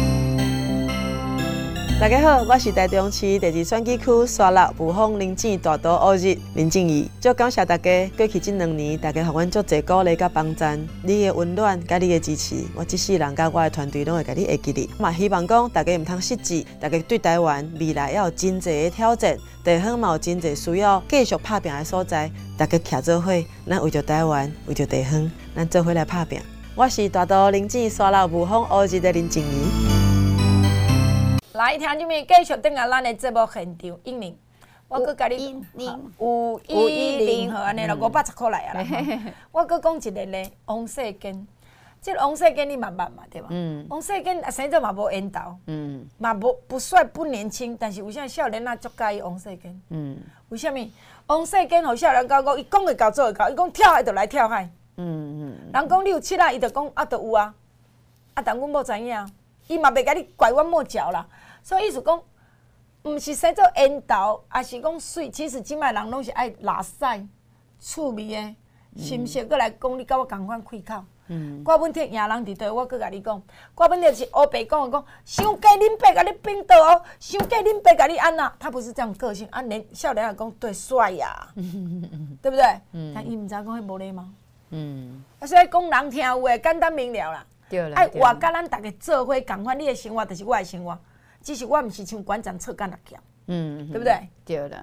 大家好，我是台中市第2选举区沙鹿雾峰林井大道乌日林静怡。足感谢大家过去这2年，大家给阮足侪鼓励甲帮赞，你的温暖甲你的支持，我一世人甲我的团队拢会甲你会记哩。嘛希望讲大家唔通失志，大家对台湾未来要有真侪的挑战，地方嘛有真侪需要继续拍拼的所在，大家徛做伙，咱为着台湾，为着地方，咱做伙来拍拼。我是大道林井沙鹿雾峰乌日的林静怡。 来，听众们继续等下咱的节目现场，英玲，我搁甲你510号安尼咯，510块来啊啦。我搁讲一个咧，王世坚，这王世坚你嘛捌嘛对吧？王世坚生做嘛无缘投，嘛不帅不年轻，但是为啥少年仔足介意王世坚？为虾米？王世坚互少年讲讲，伊讲会到做会到，伊讲跳海就来跳海。人讲你有7啊，伊就讲啊，就有啊。但阮无知影，伊嘛袂甲你拐弯抹角啦。所以意思讲，毋是生做缘投，也是讲水。其实即摆人拢是爱拉屎、趣味的，心色过来讲，你甲我共款开口。我本体赢人伫倒，我搁甲你讲，我本体是黑白讲的讲，伤过恁爸甲你变倒哦，伤过恁爸甲你安那，他不是这样个性。啊，连少年也讲对帅呀，对不对？但伊毋知讲迄无礼貌。所以讲人听有诶，简单明了啦。爱活甲咱大家做伙共款，你的生活就是我的生活。只是我毋是像馆长侧干六条，对不对？ 对啦。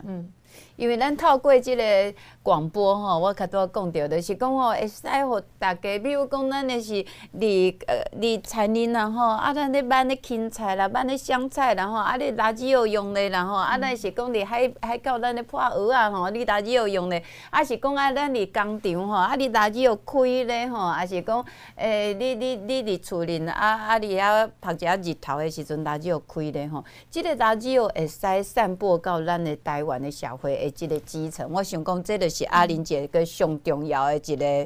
因为咱透过即个广播吼，我较多讲到，就是讲吼，会使互大家，比如讲咱的是离菜林啦吼，啊，咱咧焖咧芹菜啦，焖咧香菜啦吼，啊，咧垃圾油用的啦吼，啊，咱是讲伫海口咱咧破蚵啊吼，你垃圾油用的，啊是讲啊，咱伫工厂吼，啊，你垃圾油开咧吼，啊是讲你伫厝里啊，你遐晒一下日头的时阵，垃圾油开咧吼，即个垃圾油会使散播到咱的台湾的社会的即个基层。我想讲，这就是阿玲姐个上重要的一个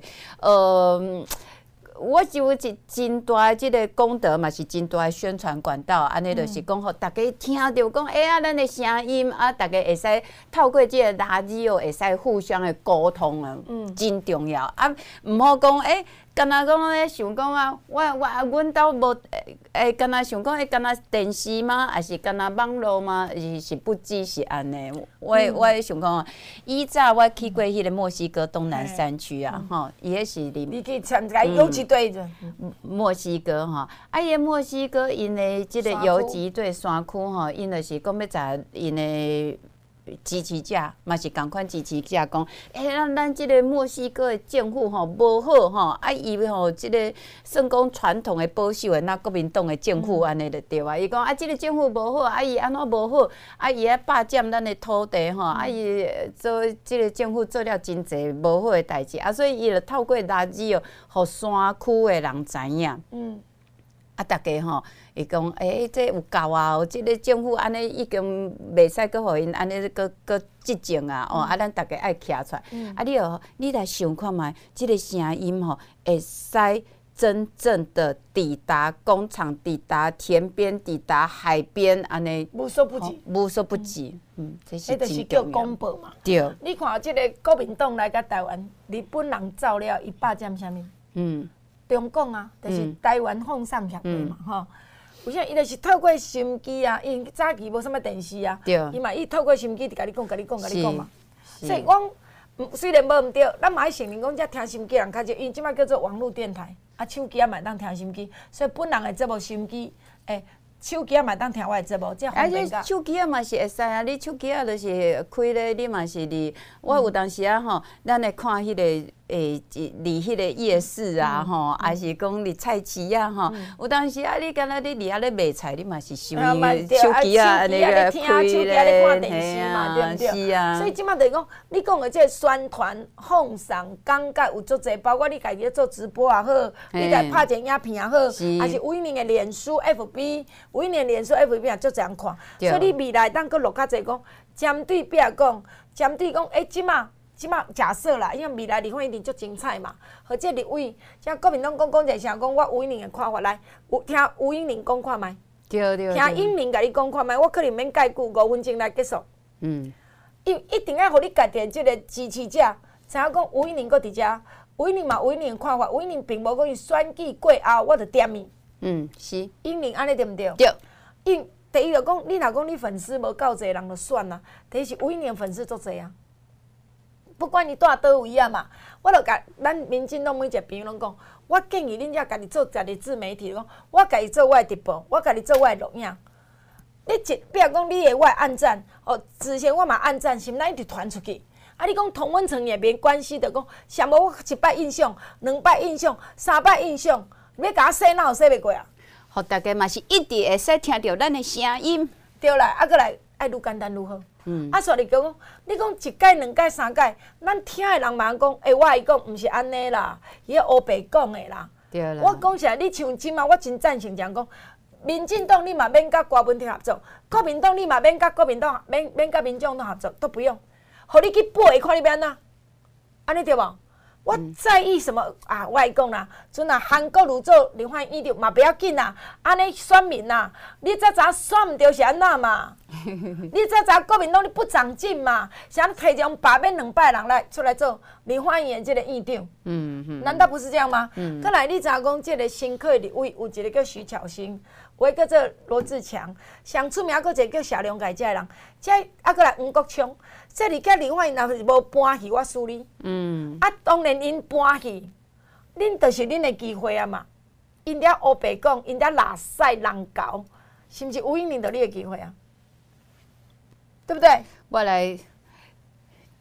我就有一真大的即个功德嘛，是真大的宣传管道。安尼就是讲，互大家听到讲，啊，咱的声音啊，大家会使透过即个垃圾哦，会使互相的沟通啊，真重要。啊，毋好讲敢若讲咧想讲啊，阮兜无敢若想讲敢若电视吗？还是敢若网络吗？是不只是安尼。我想讲，以早我去过迄个墨西哥东南山区啊，吼，伊迄是你去参加游击队的。 墨西哥吼，啊，伊墨西哥因的即个游击队山区吼，因就是讲要查因的。支持者嘛是共款支持者讲，咱即个墨西哥的政府吼无好吼，啊伊吼即个算讲传统的保守的那国民党的政府安尼就对啊。伊讲啊，即个政府无好，啊伊安怎无好，啊伊咧霸占咱的土地吼，啊伊做即个政府做了真侪无好的代志，啊所以伊就透过垃圾哦，互山区的人知影。啊，大家吼会讲，这有够啊！即个政府安尼已经袂使搁互因安尼搁执政啊！啊，咱大家爱徛出来。啊，你来想看觅，即个声音吼，会使真正的抵达工厂、抵达田边、抵达海边，安尼无所不及， 无所不及。这是就是叫公报嘛。 对。 你看即个国民党来到台湾，日本人走了，伊霸占啥物？中共啊，就是台湾放送协会嘛，吼。为啥？伊就是透过收音机啊，因早期无啥物电视啊，伊透过收音机就甲你讲嘛。所以我虽然无毋对，咱嘛爱承认讲，遮听收音机人较少，因即摆叫做网络电台，啊手机也嘛当听收音机，所以本人的节目收音机，手机也嘛当听我的节目，这方便个。 手机啊嘛是会使啊，你手机啊就是开咧，你嘛是伫。我有当时啊吼，咱会看迄个离迄个夜市啊吼，还是讲离菜市啊吼。有当时啊，你敢若你伫遐咧卖菜，你嘛是收手机啊，安尼个开咧，嘿啊，是啊。 所以即摆就是讲，你讲的这个宣传、放送、感觉有足侪，包括你家己做直播也好，你家拍一个影片也好，还是有一年的脸书 FB。有一年脸书 FB 也足侪人看，所以你未来当佫录较侪讲，针对壁讲，针对讲，即马假设啦，因为未来立法一定足精彩嘛。或者立委，像国民党讲一声，讲我吴英玲的看法来，听吴英玲讲看觅。 对。 听英玲甲你讲看觅，我可能免介久5分钟来结束。一定要互你家己即个支持者，知影讲吴英玲佫伫遮，吴英玲嘛，吴英玲的看法，吴英玲并无讲伊选举过后，我就点伊。 是。 英玲安尼对毋对？ 对。 第一就讲，你若讲你粉丝无够侪人就算啦。第一是吴英玲粉丝足侪啊，不管你住倒位啊嘛，我就甲咱民进党每一个朋友拢讲，我建议恁遮家己做家己自媒体，讲我家己做我的直播，我家己做我的录影。你比如讲你的我的按赞，之前我嘛按赞，心内一直传出去。啊，你讲同温层也没关系的，讲上无我1摆印象，2摆印象，3摆印象。要甲我洗脑洗袂过啊！ 互大家嘛是一直会使听到咱的声音。 对啦，啊，过来爱愈简单愈好。啊，所以讲，你讲1届、2届、3届，咱听的人嘛讲，我爱讲毋是安尼啦，伊黑白讲的啦。 对啦。 我讲起来，你像即嘛，我真赞成讲，民进党你嘛免甲郭文天合作，国民党你嘛免甲国民党免甲民众党合作，都不用。互你去背，看你要安怎，安尼对无？我在意什么啊？我讲啦，阵啊韩国瑜做立法院长嘛不要紧啦，安尼选民啦，你早早选毋着是安那嘛？你早早国民党你不长进嘛？想要提将罢免200人来出来做立法院这个院长，难道不是这样吗？再来你知影讲这个新科立委有一个叫徐巧芯，有一个叫做罗志强，上出名佫一个叫谢龙介这人，这啊佫来黄国昌。这2届立法院若是无搬去，我输你。啊，当然因搬去，恁就是恁的机会啊嘛。因遐黑白讲，因遐垃圾人搞，是毋是有因恁着你的机会啊？对不对？ 我来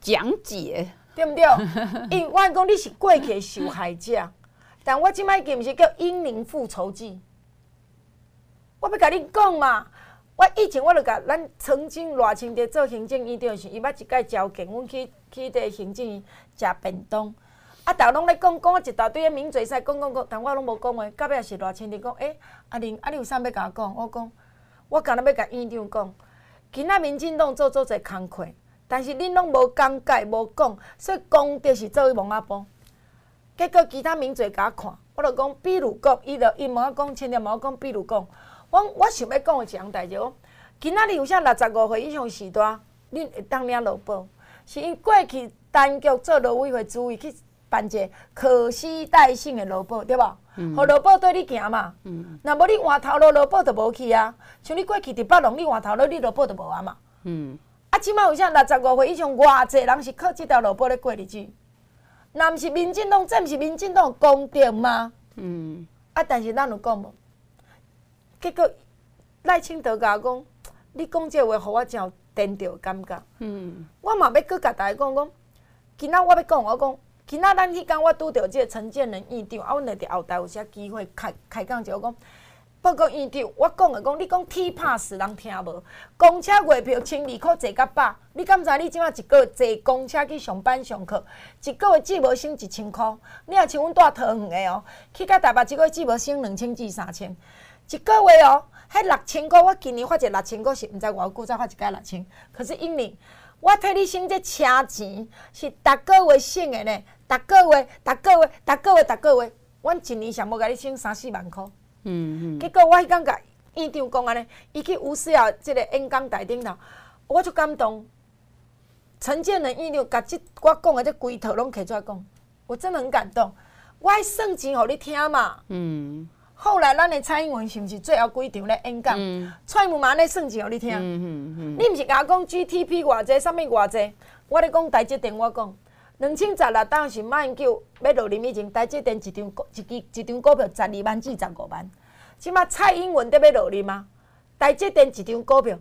讲解， 对不对？因为我讲你是过去的受害者，但我即摆叫毋是叫英灵复仇记。我要甲你讲嘛，我以前我就甲咱曾经偌清伫做行政院长时，伊捌一摆召见阮去伫行政院食便当，啊，逐个拢咧讲一大堆名嘴赛讲，但我拢无讲话。到尾是偌清伫讲，阿玲，你有啥要甲我讲？我讲，我干那要甲院长讲，今仔民进党做侪工课，但是恁拢无讲解无讲，所以功德是做去蒙阿波。结果其他名嘴甲我看，我就讲，比如讲，伊问我讲，千万问我讲，比如讲，我想要讲的一项代志，讲今仔日有啥65岁以上时代，恁会当领劳保，是因过去单局做劳委会主委去办一个可携带性的劳保，对无？互劳保对你行嘛。若无你换头路，劳保就无去啊。像你过去伫北农，你换头路，你劳保就无啊嘛。啊，即摆有啥65岁以上，偌济人是靠即条劳保咧过日子？若毋是民进党，这毋是民进党公德吗？啊，但是咱有讲无？结果赖清德甲我讲，你讲这话，互我真有颠倒感觉。我嘛要搁甲大家讲，今仔我要讲，我讲，今仔咱迄天我拄着即个陈建仁院长，啊，阮伫后台有啥机会开讲者，我讲。报告院长，我讲的讲，你讲 T pass 人听无？公车月票12块坐到饱，你敢知你即摆一个月坐公车去上班上课，一个月只无省1000块。你若像阮住桃园的哦，去到台北一个月只无省2000至3000，一个月哦，迄6000块，我今年发一6000块是毋知偌久才发一届6000，可是因为我替你省这车钱是逐个月省的呢，逐个月，阮一年上无甲你省3-4万块。结果我迄天甲院长讲安尼，伊去吴思瑶即个演讲台顶头，我就感动。陈建仁院长甲我讲的这规套拢摕出来讲，我真的很感动。我爱算钱互你听嘛。后来咱的蔡英文是毋是最后几场咧演讲？蔡英文嘛安尼算钱互你听。你毋是甲我讲 GDP 偌济，啥物偌济？我咧讲台积电，我讲2016当时马英九要落任以前，台积电一张股票12万至15万。即马蔡英文得要落任吗？台积电一张股票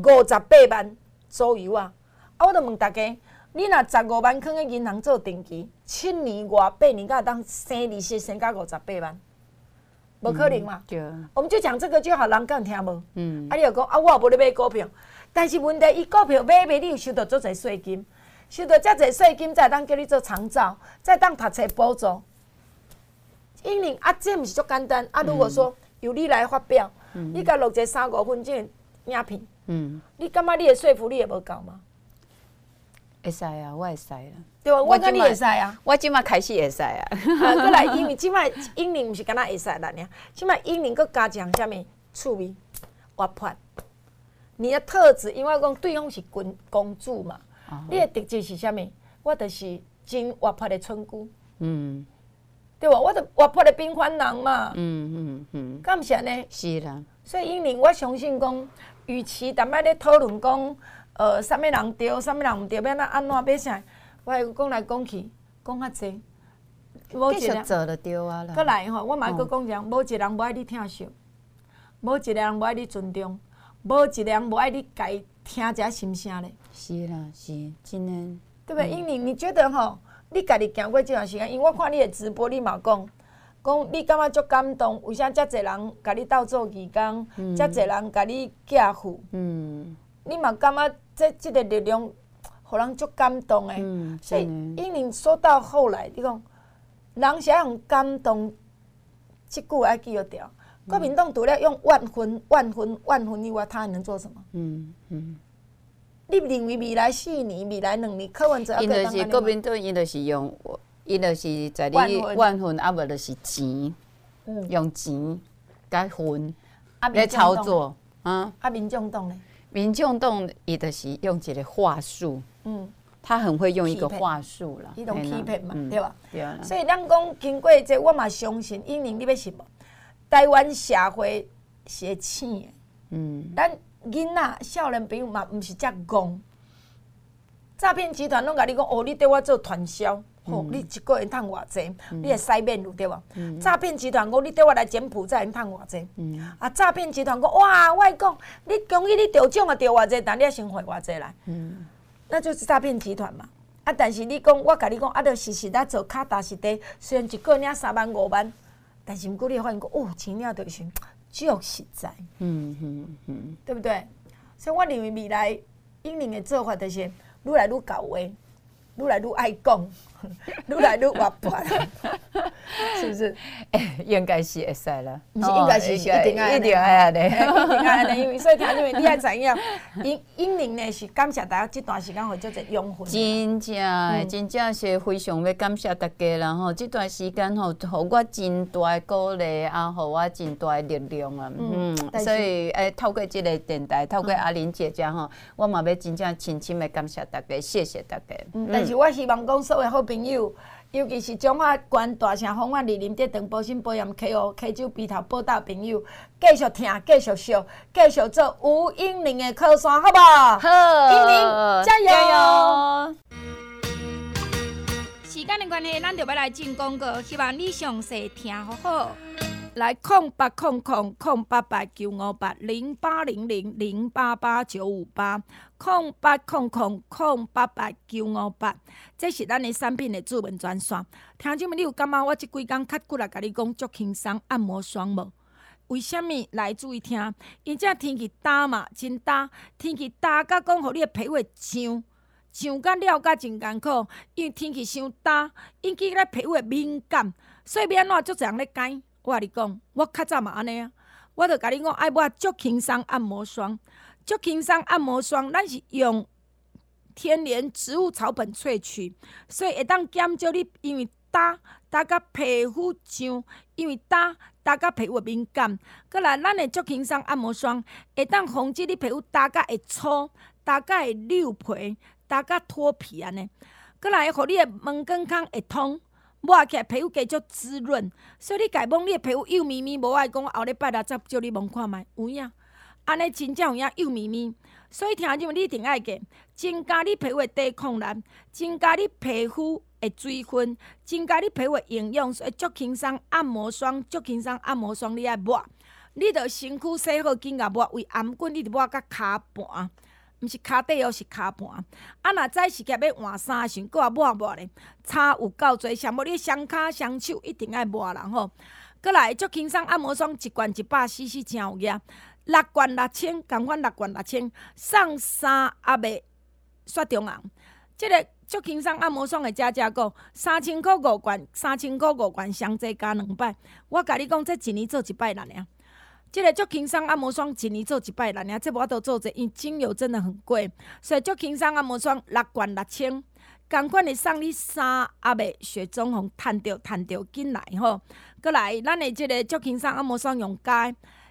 58万左右啊！啊，我著问大家，你若15万囥喺银行做定期，7年外8年才当生利息生到58万，无可能嘛？对。我们就讲这个就好，人敢听无？啊，你又讲啊，我也无咧买股票，但是问题伊股票买，你有收到足侪税金。收到遮侪税金，才当叫你做长照，再当读册补助。因为啊，这毋是足简单啊。如果说由你来发表，你甲录一个3-5分钟的影片，你感觉你的说服力会无够吗？ 会使啊，我会使啦。 对吧？我感觉你会使啊。 我即马开始会使啊。 过来，因为即摆英灵毋是敢若会使啦尔，即摆英灵佫加一项啥物趣味活泼。你的特质，因为我讲对方是公主嘛。你的特质是啥物？我就是真活泼的村姑，对无？我就活泼的平凡人嘛，敢毋是安尼？ 是啦。所以因为我相信讲，与其逐摆咧讨论讲，啥物人对，啥物人毋对，要安怎要啥，我会讲来讲去，讲较济。 继续做就对啊啦。 过来吼，我嘛会讲一样，无一个人无爱你疼惜，无一个人无爱你尊重，无一个人无爱你家听一下心声咧。 是啦，是真的， 对不对？因为你觉得吼，你家己行过这段时间，因为我看你的直播，你嘛讲你感觉足感动，为啥遮侪人甲你斗做义工，遮侪人甲你寄付，你嘛感觉这个力量，互人足感动的。所以因为说到后来，你讲人是要用感动，这句话要记得掉。国民党除了用万分以外，他还能做什么？你认为未来4年、未来2年，柯文哲要因就是国民党，因就是用，因就是在你万分，啊无就是钱，用钱甲分来操作啊。 啊，民众党呢？ 民众党伊就是用一个话术，他很会用一个话术啦， 伊种欺骗嘛，对吧？ 对啦。 所以咱讲经过这，我嘛相信，因为你要信无？台湾社会是会醒的，咱囡仔、少年朋友嘛，毋是遮戆。诈骗集团拢甲你讲，哦，你对我做传销，你一个月赚偌济，你会使免有对无？诈骗集团讲，你对我来柬埔寨赚偌济，啊，诈骗集团讲，哇，我讲，你恭喜你中奖啊，中偌济，但你要先汇偌济来，那就是诈骗集团嘛。 啊，但是你讲，我甲你讲，啊，著实实在做卡踏实地，虽然一个领3万5万，但是毋过你会发现讲，哦，钱了就是足实在，对不对？所以我认为未来英玲的做法就是愈来愈到位，愈来愈爱讲，愈来愈活泼，是不是？ 应该是会使啦， 不是应该是一定爱， 一定爱安尼， 一定爱安尼，因为所以听因为你爱知影，英玲呢是感谢大家这段时间互足侪养分。 真正真正是非常要感谢大家啦吼！这段时间吼，互我真大的鼓励啊，互我真大的力量啊。所以透过这个电台，透过阿玲姐姐吼，我嘛要真正深深的感谢大家，谢谢大家。 但是我希望讲所有好朋友，尤其是中华关大城方案、2林德长保心保养 KO 酒鼻头报道朋友，继续听，继续笑，继续做吴英玲的靠山，好不好？ 好， 英玲加油！ 加油！ 时间的关系，咱就要来进广告，希望你详细听好好。来0800-088-958，0800-088-958，0800-088-958，这是咱的产品的主文专线。听众们，你有感觉我这几天较久来甲你讲足轻松按摩霜无？为什么来注意听？因这天气干嘛，真干，天气干甲讲，互你的皮肤痒甲了甲真艰苦，因为天气伤干，引起咱皮肤的敏感，所以要安怎足侪人咧讲。我甲你讲，我较早嘛安尼啊，我著甲你讲爱抹足轻松按摩霜，足轻松按摩霜，咱是用天然植物草本萃取，所以会当减少你因为打甲皮肤痒，因为打甲皮肤敏感。搁来，咱的足轻松按摩霜会当防止你皮肤打甲会粗，打甲会溜皮，打甲脱皮安尼。搁来，互你的毛根孔会通。抹起来皮肤加足滋润，所以你家摸你的皮肤幼咪咪，无爱讲后礼拜六再叫你摸看觅，有影？安尼真正有影幼咪咪，所以听众你一定爱记，增加你皮肤的抵抗力，增加你皮肤的水分，增加你皮肤的营养，所以足轻松按摩霜，足轻松按摩霜你爱抹，你着身躯洗好紧甲抹，为颔棍你着抹到骹盘。毋是骹底哦，是骹盘。啊，若早时间要换衫时，搁也抹咧，差有够侪。上无你双骹双手一定爱抹啦吼。搁来足轻松按摩霜，一罐100cc 真有额，6罐6000，共款6罐6000，送3阿袂雪中红。即个足轻松按摩霜的价购，3000块5罐，3000块5罐，上济加2摆。我甲你讲，这一年做1摆啦尔。这个足轻松按摩霜一年做1摆啦，尔这无都做者，因为精油真的很贵，所以足轻松按摩霜6罐6000，同款的送你3阿袂雪中红，趁着紧来吼。搁来，咱的这个足轻松按摩霜用加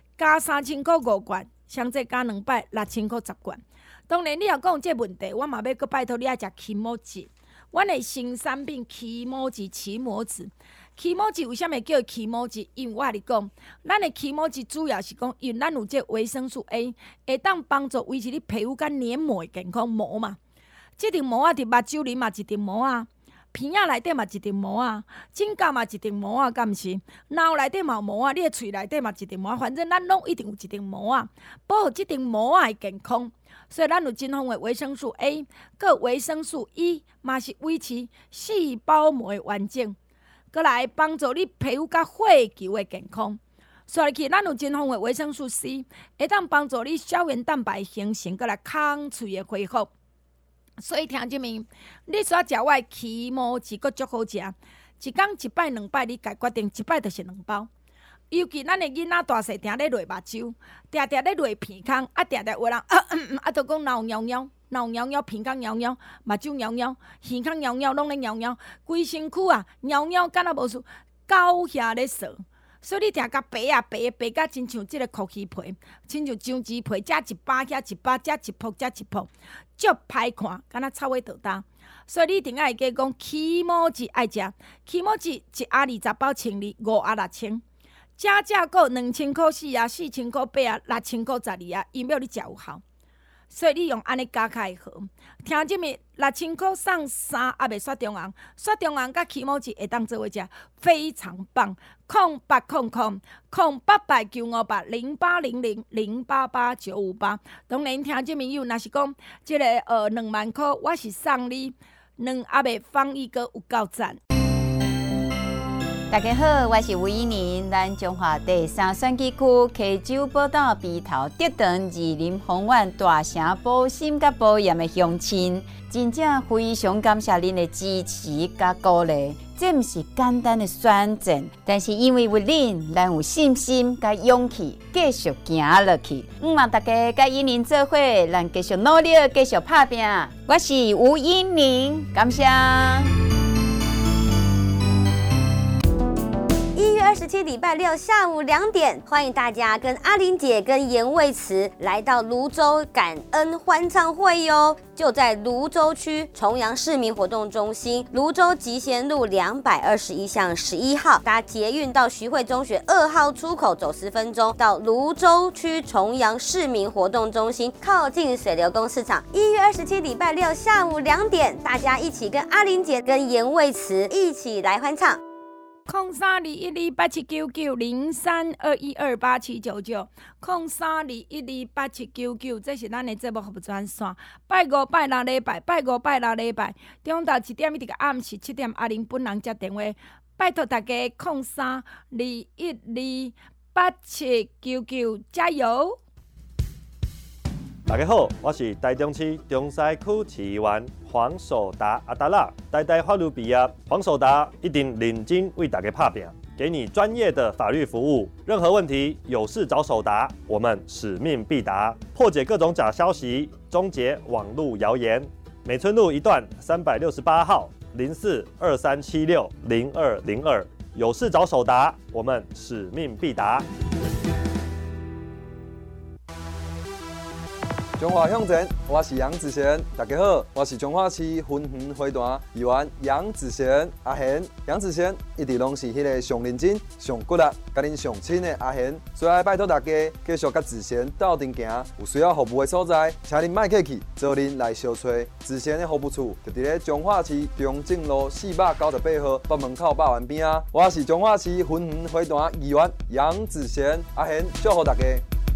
3000块5罐，上济加2摆6000块10罐。当然，你若讲这问题，我嘛要搁拜托你爱食起毛子，阮的新产品起毛子起膜子。起毛子为什么叫起毛子？因为我甲你讲，咱的起毛子主要是讲，因为咱有这维生素 A， 会当帮助维持你皮肤甲黏膜的健康膜嘛。这层膜伫目睭里嘛一层膜啊，鼻仔内底嘛一层膜啊，指甲嘛一层膜啊，敢毋是？脑内底嘛有膜啊，你的喙内底嘛一层膜啊，反正咱拢一定有一层膜啊，保护这层膜啊的健康。所以咱有真丰的维生素 A， 佮维生素 E， 嘛是维持细胞膜的完整。搁来帮助你皮肤甲血球的健康，所以去咱有真丰的维生素 C， 会当帮助你胶原蛋白形成，搁来抗脆的恢复。所以听众们，你所食我的起毛子阁足好食，一天1摆2摆，你家决定1摆就是2包。尤其咱的囡仔大细定咧泪目睭，定定咧泪鼻孔，啊定定有人都讲脑尿尿。脑尿尿、鼻孔尿尿、目睭尿尿、耳孔尿尿，拢咧尿尿，规身躯啊尿尿，敢若无事，狗遐咧扫。所以你定甲白啊白甲亲像即个酷鱼皮，亲像酱鸡皮，遮一把遐一把，遮一泡遮一泡，足歹看，敢若臭尾倒搭。所以你一定爱记讲起毛子爱食，起毛子1盒20包1000，5盒6000。价购2000块4啊，4000块8啊，6000块12啊，因为你食有效。所以你用安尼加起来好，听即物6000块送3也袂雪中红，雪中红甲起毛子会当做伙食，非常棒。0800-958-0800-088-958。当然，听即物友若是讲即个2万块，我是送你两阿妹放一个有够赞。 大家好，我是吴依宁，咱中华第3选举区溪州宝岛鼻头竹塘二林丰苑大城保心甲保盐的乡亲，真正非常感谢恁的支持甲鼓励。这毋是简单的选战，但是因为有恁，咱有信心甲勇气继续行落去。希望大家甲依宁做伙，咱继续努力，继续打拼。我是吴依宁，感谢。 1月27礼拜六下午2点，欢迎大家跟阿玲姐跟颜卫慈来到泸州感恩欢唱会哟，就在泸州区重阳市民活动中心，泸州集贤路221巷11号，搭捷运到徐汇中学2号出口走10分钟，到泸州区重阳市民活动中心，靠近水流宫市场。1月27礼拜六下午2点，大家一起跟阿玲姐跟颜卫慈一起来欢唱。 032128799032128799，0321287990，这是咱的节目服务专线。拜5拜6礼拜，拜5拜6礼拜，中昼1点一直到暗时7点，阿玲本人接电话，拜托大家0321287990，加油！ 大家好，我是台中市中西区市议员黄守达阿达拉，台大法律毕业，黄守达一定认真为大家打拼，给你专业的法律服务。任何问题有事找守达，我们使命必达，破解各种假消息，终结网络谣言。美村路一段368号0423760202，有事找守达，我们使命必达。 中华向前，我是杨子贤。大家好，我是彰化市分园花坛议员杨子贤阿贤。杨子贤一直拢是迄个上认真、上骨力、甲恁上亲的阿贤，所以拜托大家继续甲子贤斗阵行。有需要服务的所在，请恁莫客气，找恁来相找。子贤的服务处就伫咧彰化市中正路498号北门口百万边啊。我是彰化市分园花坛议员杨子贤阿贤，祝福大家。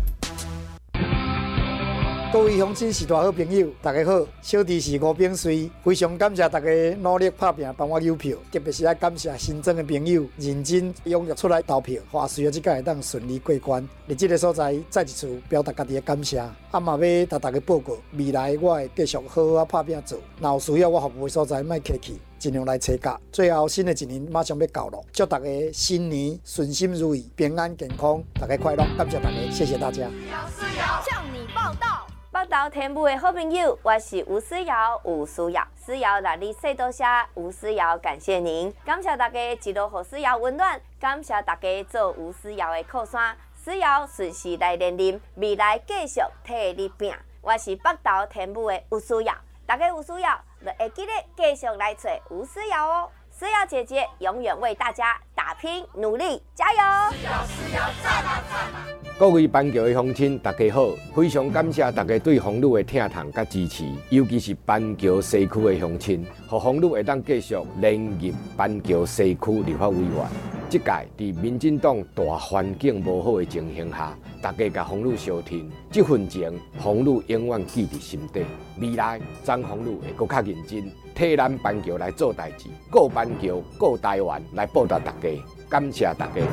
各位乡亲是大好朋友，大家好，小弟是吴炳瑞，非常感谢大家努力打拼帮我邮票，特别是要感谢新增的朋友认真踊跃出来投票，话随后这届会当顺利过关。伫这个所在，再一次表达家己的感谢，嘛要甲大家报告，未来我会继续好好打拼做，若有需要我服务的所在，莫客气。尽量来找教。最后，新的一年马上要到了，祝大家新年顺心如意、平安健康，大家快乐！感谢大家，谢谢大家。 向你报道。报道天母的好朋友，我是吴思瑶，吴思瑶。思瑶来你细多下，吴思瑶感谢您，感谢大家一路给思瑶温暖，感谢大家做吴思瑶的靠山，思瑶顺时来连任，未来继续替你拼。我是北投天母的吴思瑶，大家有需要就会记得继续来找吴思瑶哦。思瑶姐姐永远为大家打拼努力，加油！思瑶赞啦赞啦！ 各位板桥的乡亲，大家好，非常感谢大家对红路的疼痛甲支持，尤其是板桥西区的乡亲，让红路会当继续连任板桥西区立法委员。这届在民进党大环境无好的情形下，大家甲红路相挺，这份情红路永远记伫心底。未来张红路会更较认真，替咱板桥来做代志，顾板桥、顾台湾来报答大家，感谢大家。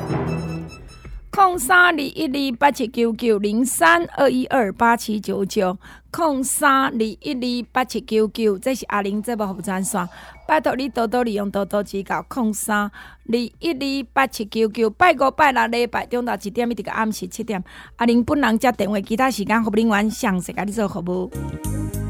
0321287990，0321287990，这是阿玲节目服务专线，拜托你多多利用，多多指教。0321287990，拜5拜6礼拜，中昼1点一直到暗时7点，阿玲本人接电话，其他时间服务人员详细甲你做服务。